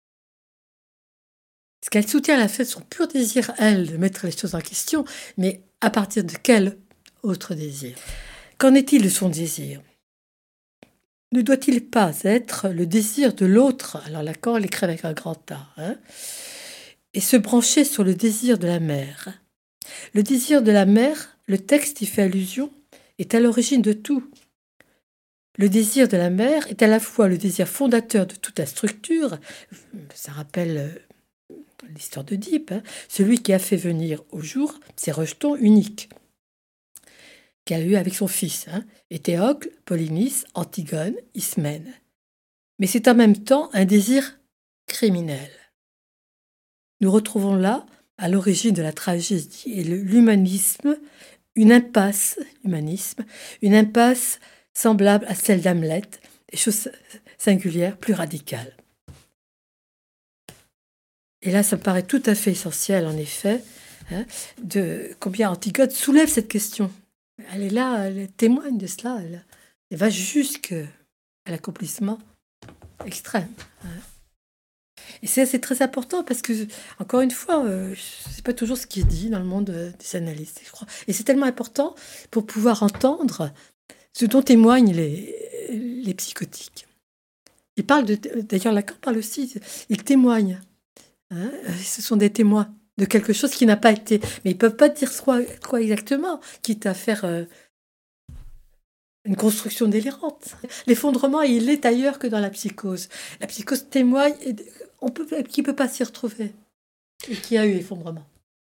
Parce qu'elle soutient la fait son pur désir, elle, de mettre les choses en question, mais à partir de quel autre désir? Qu'en est-il de son désir? Ne doit-il pas être le désir de l'autre? Alors Lacan l'écrit avec un grand A. Hein, et se brancher sur le désir de la mère. Le désir de la mère, le texte y fait allusion, est à l'origine de tout. Le désir de la mère est à la fois le désir fondateur de toute la structure, ça rappelle euh, l'histoire d'Œdipe, hein, celui qui a fait venir au jour ces rejetons uniques qu'elle a eu avec son fils, hein, et Théocle, Polynice, Antigone, Ismène. Mais c'est en même temps un désir criminel. Nous retrouvons là, à l'origine de la tragédie et de l'humanisme, une impasse, humanisme, une impasse semblable à celle d'Hamlet, et chose singulière, plus radicale. Et là, ça me paraît tout à fait essentiel, en effet, hein, de combien Antigone soulève cette question. Elle est là, elle témoigne de cela, elle, elle va jusqu'à l'accomplissement extrême. Hein. Et c'est, c'est très important parce que, encore une fois, euh, c'est pas toujours ce qui est dit dans le monde euh, des analystes, je crois. Et c'est tellement important pour pouvoir entendre ce dont témoignent les, les psychotiques. Ils parlent de, d'ailleurs, Lacan parle aussi, ils témoignent. Hein, ce sont des témoins de quelque chose qui n'a pas été. Mais ils ne peuvent pas dire quoi, quoi exactement, quitte à faire euh, une construction délirante. L'effondrement, il est ailleurs que dans la psychose. La psychose témoigne on peut, qui ne peut pas s'y retrouver et qui a eu effondrement.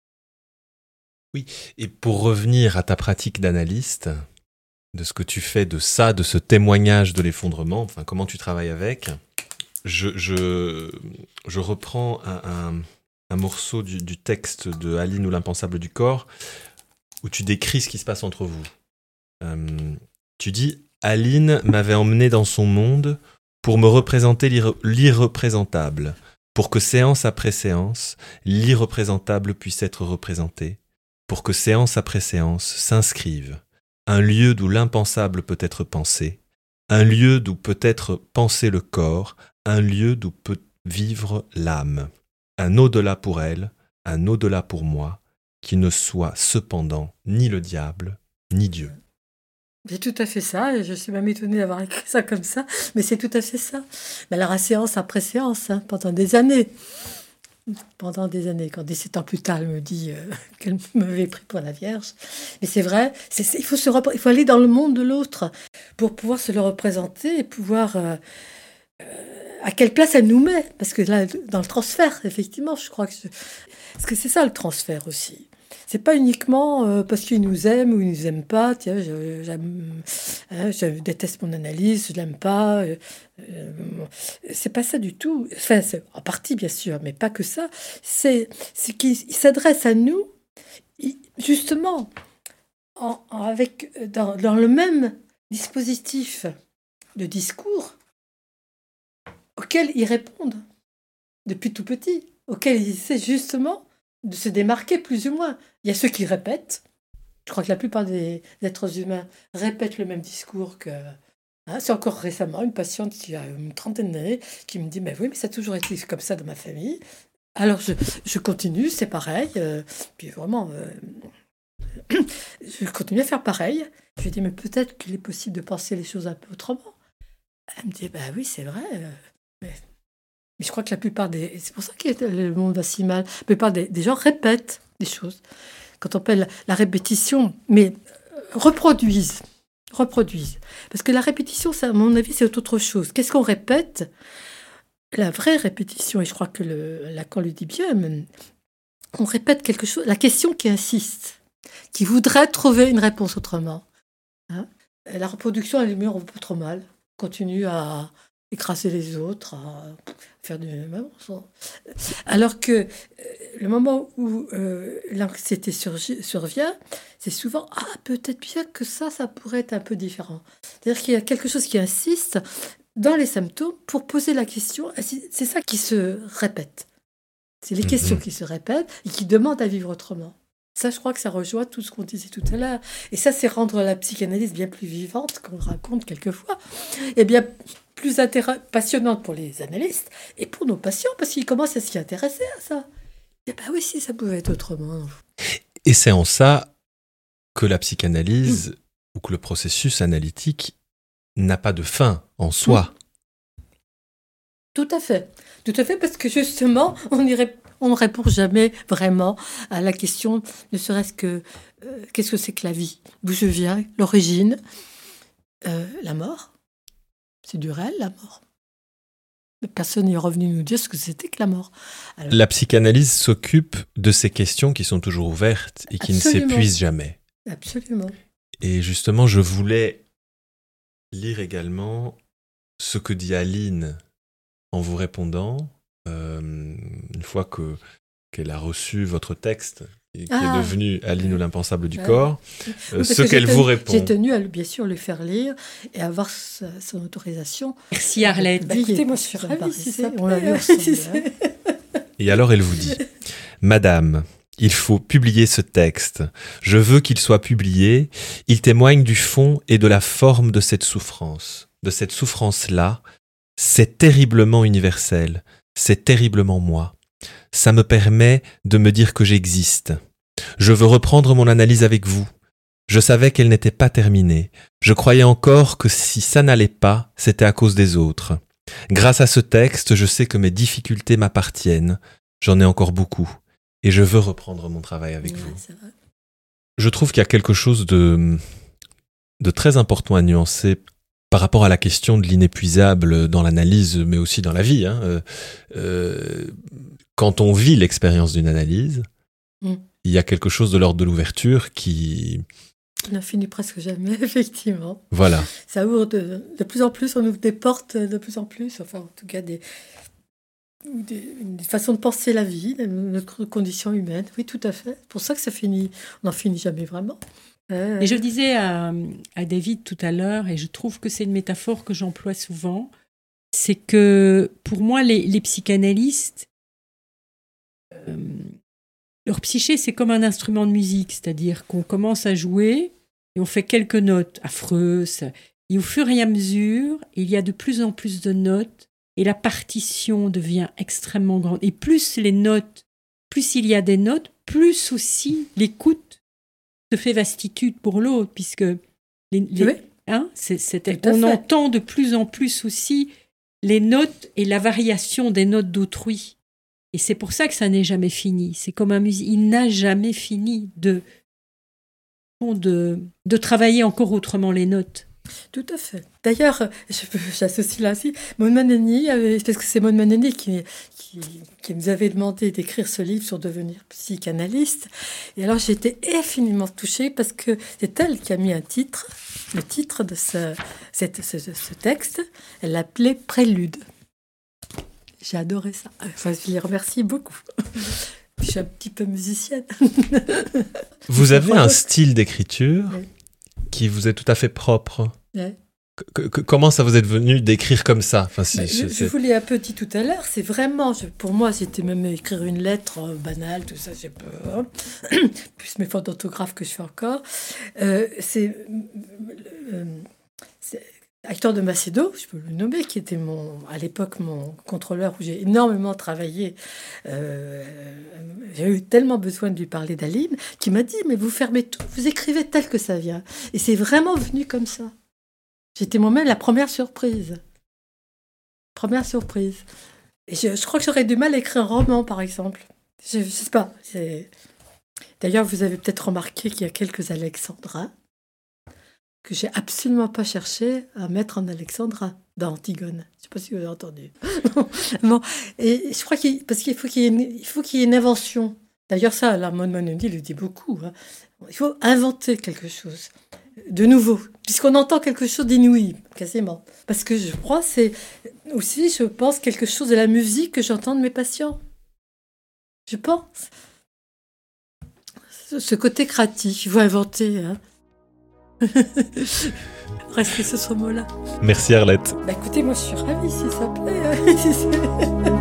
Oui, et pour revenir à ta pratique d'analyste, de ce que tu fais de ça, de ce témoignage de l'effondrement, enfin comment tu travailles avec, je, je, je reprends un, un, un morceau du, du texte de Aline ou l'impensable du corps, où tu décris ce qui se passe entre vous. Euh, tu dis « Aline m'avait emmené dans son monde pour me représenter l'irre- l'irreprésentable, pour que séance après séance, l'irreprésentable puisse être représenté, pour que séance après séance s'inscrive, un lieu d'où l'impensable peut être pensé, un lieu d'où peut être pensé le corps, un lieu d'où peut vivre l'âme, un au-delà pour elle, un au-delà pour moi, qui ne soit cependant ni le diable, ni Dieu. » C'est tout à fait ça, et je suis même étonnée d'avoir écrit ça comme ça, mais c'est tout à fait ça. Mais alors, à séance après séance, hein, pendant des années. Pendant des années, quand dix-sept ans plus tard, elle me dit euh, qu'elle m'avait pris pour la Vierge. Mais c'est vrai, c'est, c'est, il, faut se rep- il faut aller dans le monde de l'autre pour pouvoir se le représenter et pouvoir... Euh, euh, à quelle place elle nous met. Parce que là, dans le transfert, effectivement, je crois que... Je... Parce que c'est ça le transfert aussi. C'est pas uniquement euh, parce qu'il nous aime ou il nous aime pas. Tiens, je, j'aime, hein, je déteste mon analyse, je l'aime pas. Euh, euh, c'est pas ça du tout. Enfin, c'est en partie bien sûr, mais pas que ça. C'est, c'est qu'il il s'adresse à nous, il, justement, en, en, avec dans, dans le même dispositif de discours auquel ils répondent depuis tout petit, auquel ils essaient justement de se démarquer plus ou moins. Il y a ceux qui répètent. Je crois que la plupart des êtres humains répètent le même discours que... Hein, c'est encore récemment une patiente qui a une trentaine d'années qui me dit mais « oui, mais ça a toujours été comme ça dans ma famille. » Alors je, je continue, c'est pareil. Euh, puis vraiment, euh, je continue à faire pareil. Je lui dis « mais peut-être qu'il est possible de penser les choses un peu autrement. » Elle me dit bah « oui, c'est vrai. Euh, mais... » Mais je crois que la plupart des... C'est pour ça que le monde va si mal. La plupart des, des gens répètent des choses. Quand on appelle la répétition, mais reproduisent. Reproduisent. Parce que la répétition, ça, à mon avis, c'est autre chose. Qu'est-ce qu'on répète ? La vraie répétition, et je crois que le, Lacan le dit bien, on répète quelque chose, la question qui insiste, qui voudrait trouver une réponse autrement. Hein ? La reproduction, à la lumière, on va pas trop mal. On continue à... écraser les autres, à faire du même. Alors que euh, le moment où euh, l'anxiété surgi- survient, c'est souvent « Ah, peut-être bien que ça, ça pourrait être un peu différent. » C'est-à-dire qu'il y a quelque chose qui insiste dans les symptômes pour poser la question. C'est ça qui se répète. C'est les mmh. questions qui se répètent et qui demandent à vivre autrement. Ça, je crois que ça rejoint tout ce qu'on disait tout à l'heure. Et ça, c'est rendre la psychanalyse bien plus vivante qu'on raconte quelquefois. Et bien plus intér- passionnante pour les analystes et pour nos patients, parce qu'ils commencent à s'y intéresser à ça. Et bien oui, si, ça pouvait être autrement. Et c'est en ça que la psychanalyse, mmh. ou que le processus analytique n'a pas de fin en soi. Mmh. Tout à fait. Tout à fait, parce que justement, on irait... On ne répond jamais vraiment à la question, ne serait-ce que euh, qu'est-ce que c'est que la vie ? D'où je viens ? L'origine ? euh, La mort ? C'est du réel, la mort. Personne n'est revenu nous dire ce que c'était que la mort. Alors, la psychanalyse s'occupe de ces questions qui sont toujours ouvertes et qui absolument. ne s'épuisent jamais. Absolument. Et justement, je voulais lire également ce que dit Aline en vous répondant. Euh, une fois que, qu'elle a reçu votre texte et qui ah, est devenu Aline ou l'impensable du ouais. corps, euh, ce qu'elle tenu, vous répond. J'ai tenu à bien sûr le faire lire et avoir sa, son autorisation. Merci Arlette. Bah, écoutez, moi je suis ravie si ça plaît. Et alors elle vous dit « Madame, il faut publier ce texte. Je veux qu'il soit publié. Il témoigne du fond et de la forme de cette souffrance. De cette souffrance-là, c'est terriblement universel. C'est terriblement moi. Ça me permet de me dire que j'existe. Je veux reprendre mon analyse avec vous. Je savais qu'elle n'était pas terminée. Je croyais encore que si ça n'allait pas, c'était à cause des autres. Grâce à ce texte, je sais que mes difficultés m'appartiennent. J'en ai encore beaucoup. Et je veux reprendre mon travail avec ouais, vous. » Je trouve qu'il y a quelque chose de, de très important à nuancer par rapport à la question de l'inépuisable dans l'analyse, mais aussi dans la vie. Hein. Euh, euh, quand on vit l'expérience d'une analyse, mm. il y a quelque chose de l'ordre de l'ouverture qui... On n'en finit presque jamais, effectivement. Voilà. Ça ouvre de, de plus en plus, on ouvre des portes de plus en plus, enfin en tout cas des, des, des façons de penser la vie, notre condition humaine. Oui, tout à fait. C'est pour ça que ça finit, on n'en finit jamais vraiment. Euh... Et je disais à, à David tout à l'heure, et je trouve que c'est une métaphore que j'emploie souvent, c'est que pour moi, les, les psychanalystes, euh, leur psyché, c'est comme un instrument de musique, c'est-à-dire qu'on commence à jouer et on fait quelques notes affreuses. Et au fur et à mesure, il y a de plus en plus de notes et la partition devient extrêmement grande. Et plus les notes, plus il y a des notes, plus aussi l'écoute se fait vastitude pour l'autre, puisque les, les, oui. hein, c'est, c'était, on fait. entend de plus en plus aussi les notes et la variation des notes d'autrui. Et c'est pour ça que ça n'est jamais fini. C'est comme un musicien, il n'a jamais fini de, de, de travailler encore autrement les notes. Tout à fait. D'ailleurs, je, j'associe là aussi, Maud Maneni, parce que c'est Maud Maneni qui, qui, qui nous avait demandé d'écrire ce livre sur devenir psychanalyste. Et alors, j'ai été infiniment touchée parce que c'est elle qui a mis un titre, le titre de ce, cette, ce, ce texte. Elle l'appelait Prélude. J'ai adoré ça. Enfin, je les remercie beaucoup. Je suis un petit peu musicienne. Vous avez un style d'écriture oui. qui vous est tout à fait propre. Oui. Que, que, comment ça vous est venu d'écrire comme ça? Enfin, c'est, je, je vous l'ai un peu dit tout à l'heure. C'est vraiment, je, pour moi, c'était même écrire une lettre euh, banale, tout ça, j'ai peur. Plus mes fautes d'orthographe que je fais encore. Euh, c'est... Euh, c'est Hector de Macedo, je peux le nommer, qui était mon, à l'époque mon contrôleur où j'ai énormément travaillé. Euh, j'ai eu tellement besoin de lui parler d'Aline, qui m'a dit, mais vous fermez tout, vous écrivez tel que ça vient. Et c'est vraiment venu comme ça. J'étais moi-même la première surprise. Première surprise. Et je, je crois que j'aurais du mal à écrire un roman, par exemple. Je ne sais pas. C'est... D'ailleurs, vous avez peut-être remarqué qu'il y a quelques Alexandrins que j'ai absolument pas cherché à mettre en Alexandra dans Antigone. Je sais pas si vous avez entendu. Bon, et je crois qu'il parce qu'il faut qu'il y ait une, il faut qu'il y ait une invention. D'ailleurs, ça, la Maud Maneni le dit beaucoup. Hein. Il faut inventer quelque chose de nouveau, puisqu'on entend quelque chose d'inouï, quasiment. Parce que je crois, c'est aussi, je pense, quelque chose de la musique que j'entends de mes patients. Je pense. Ce côté créatif, il faut inventer, hein. Restez sur ce mot-là. Merci Arlette. Bah écoutez, moi je suis ravie si ça plaît.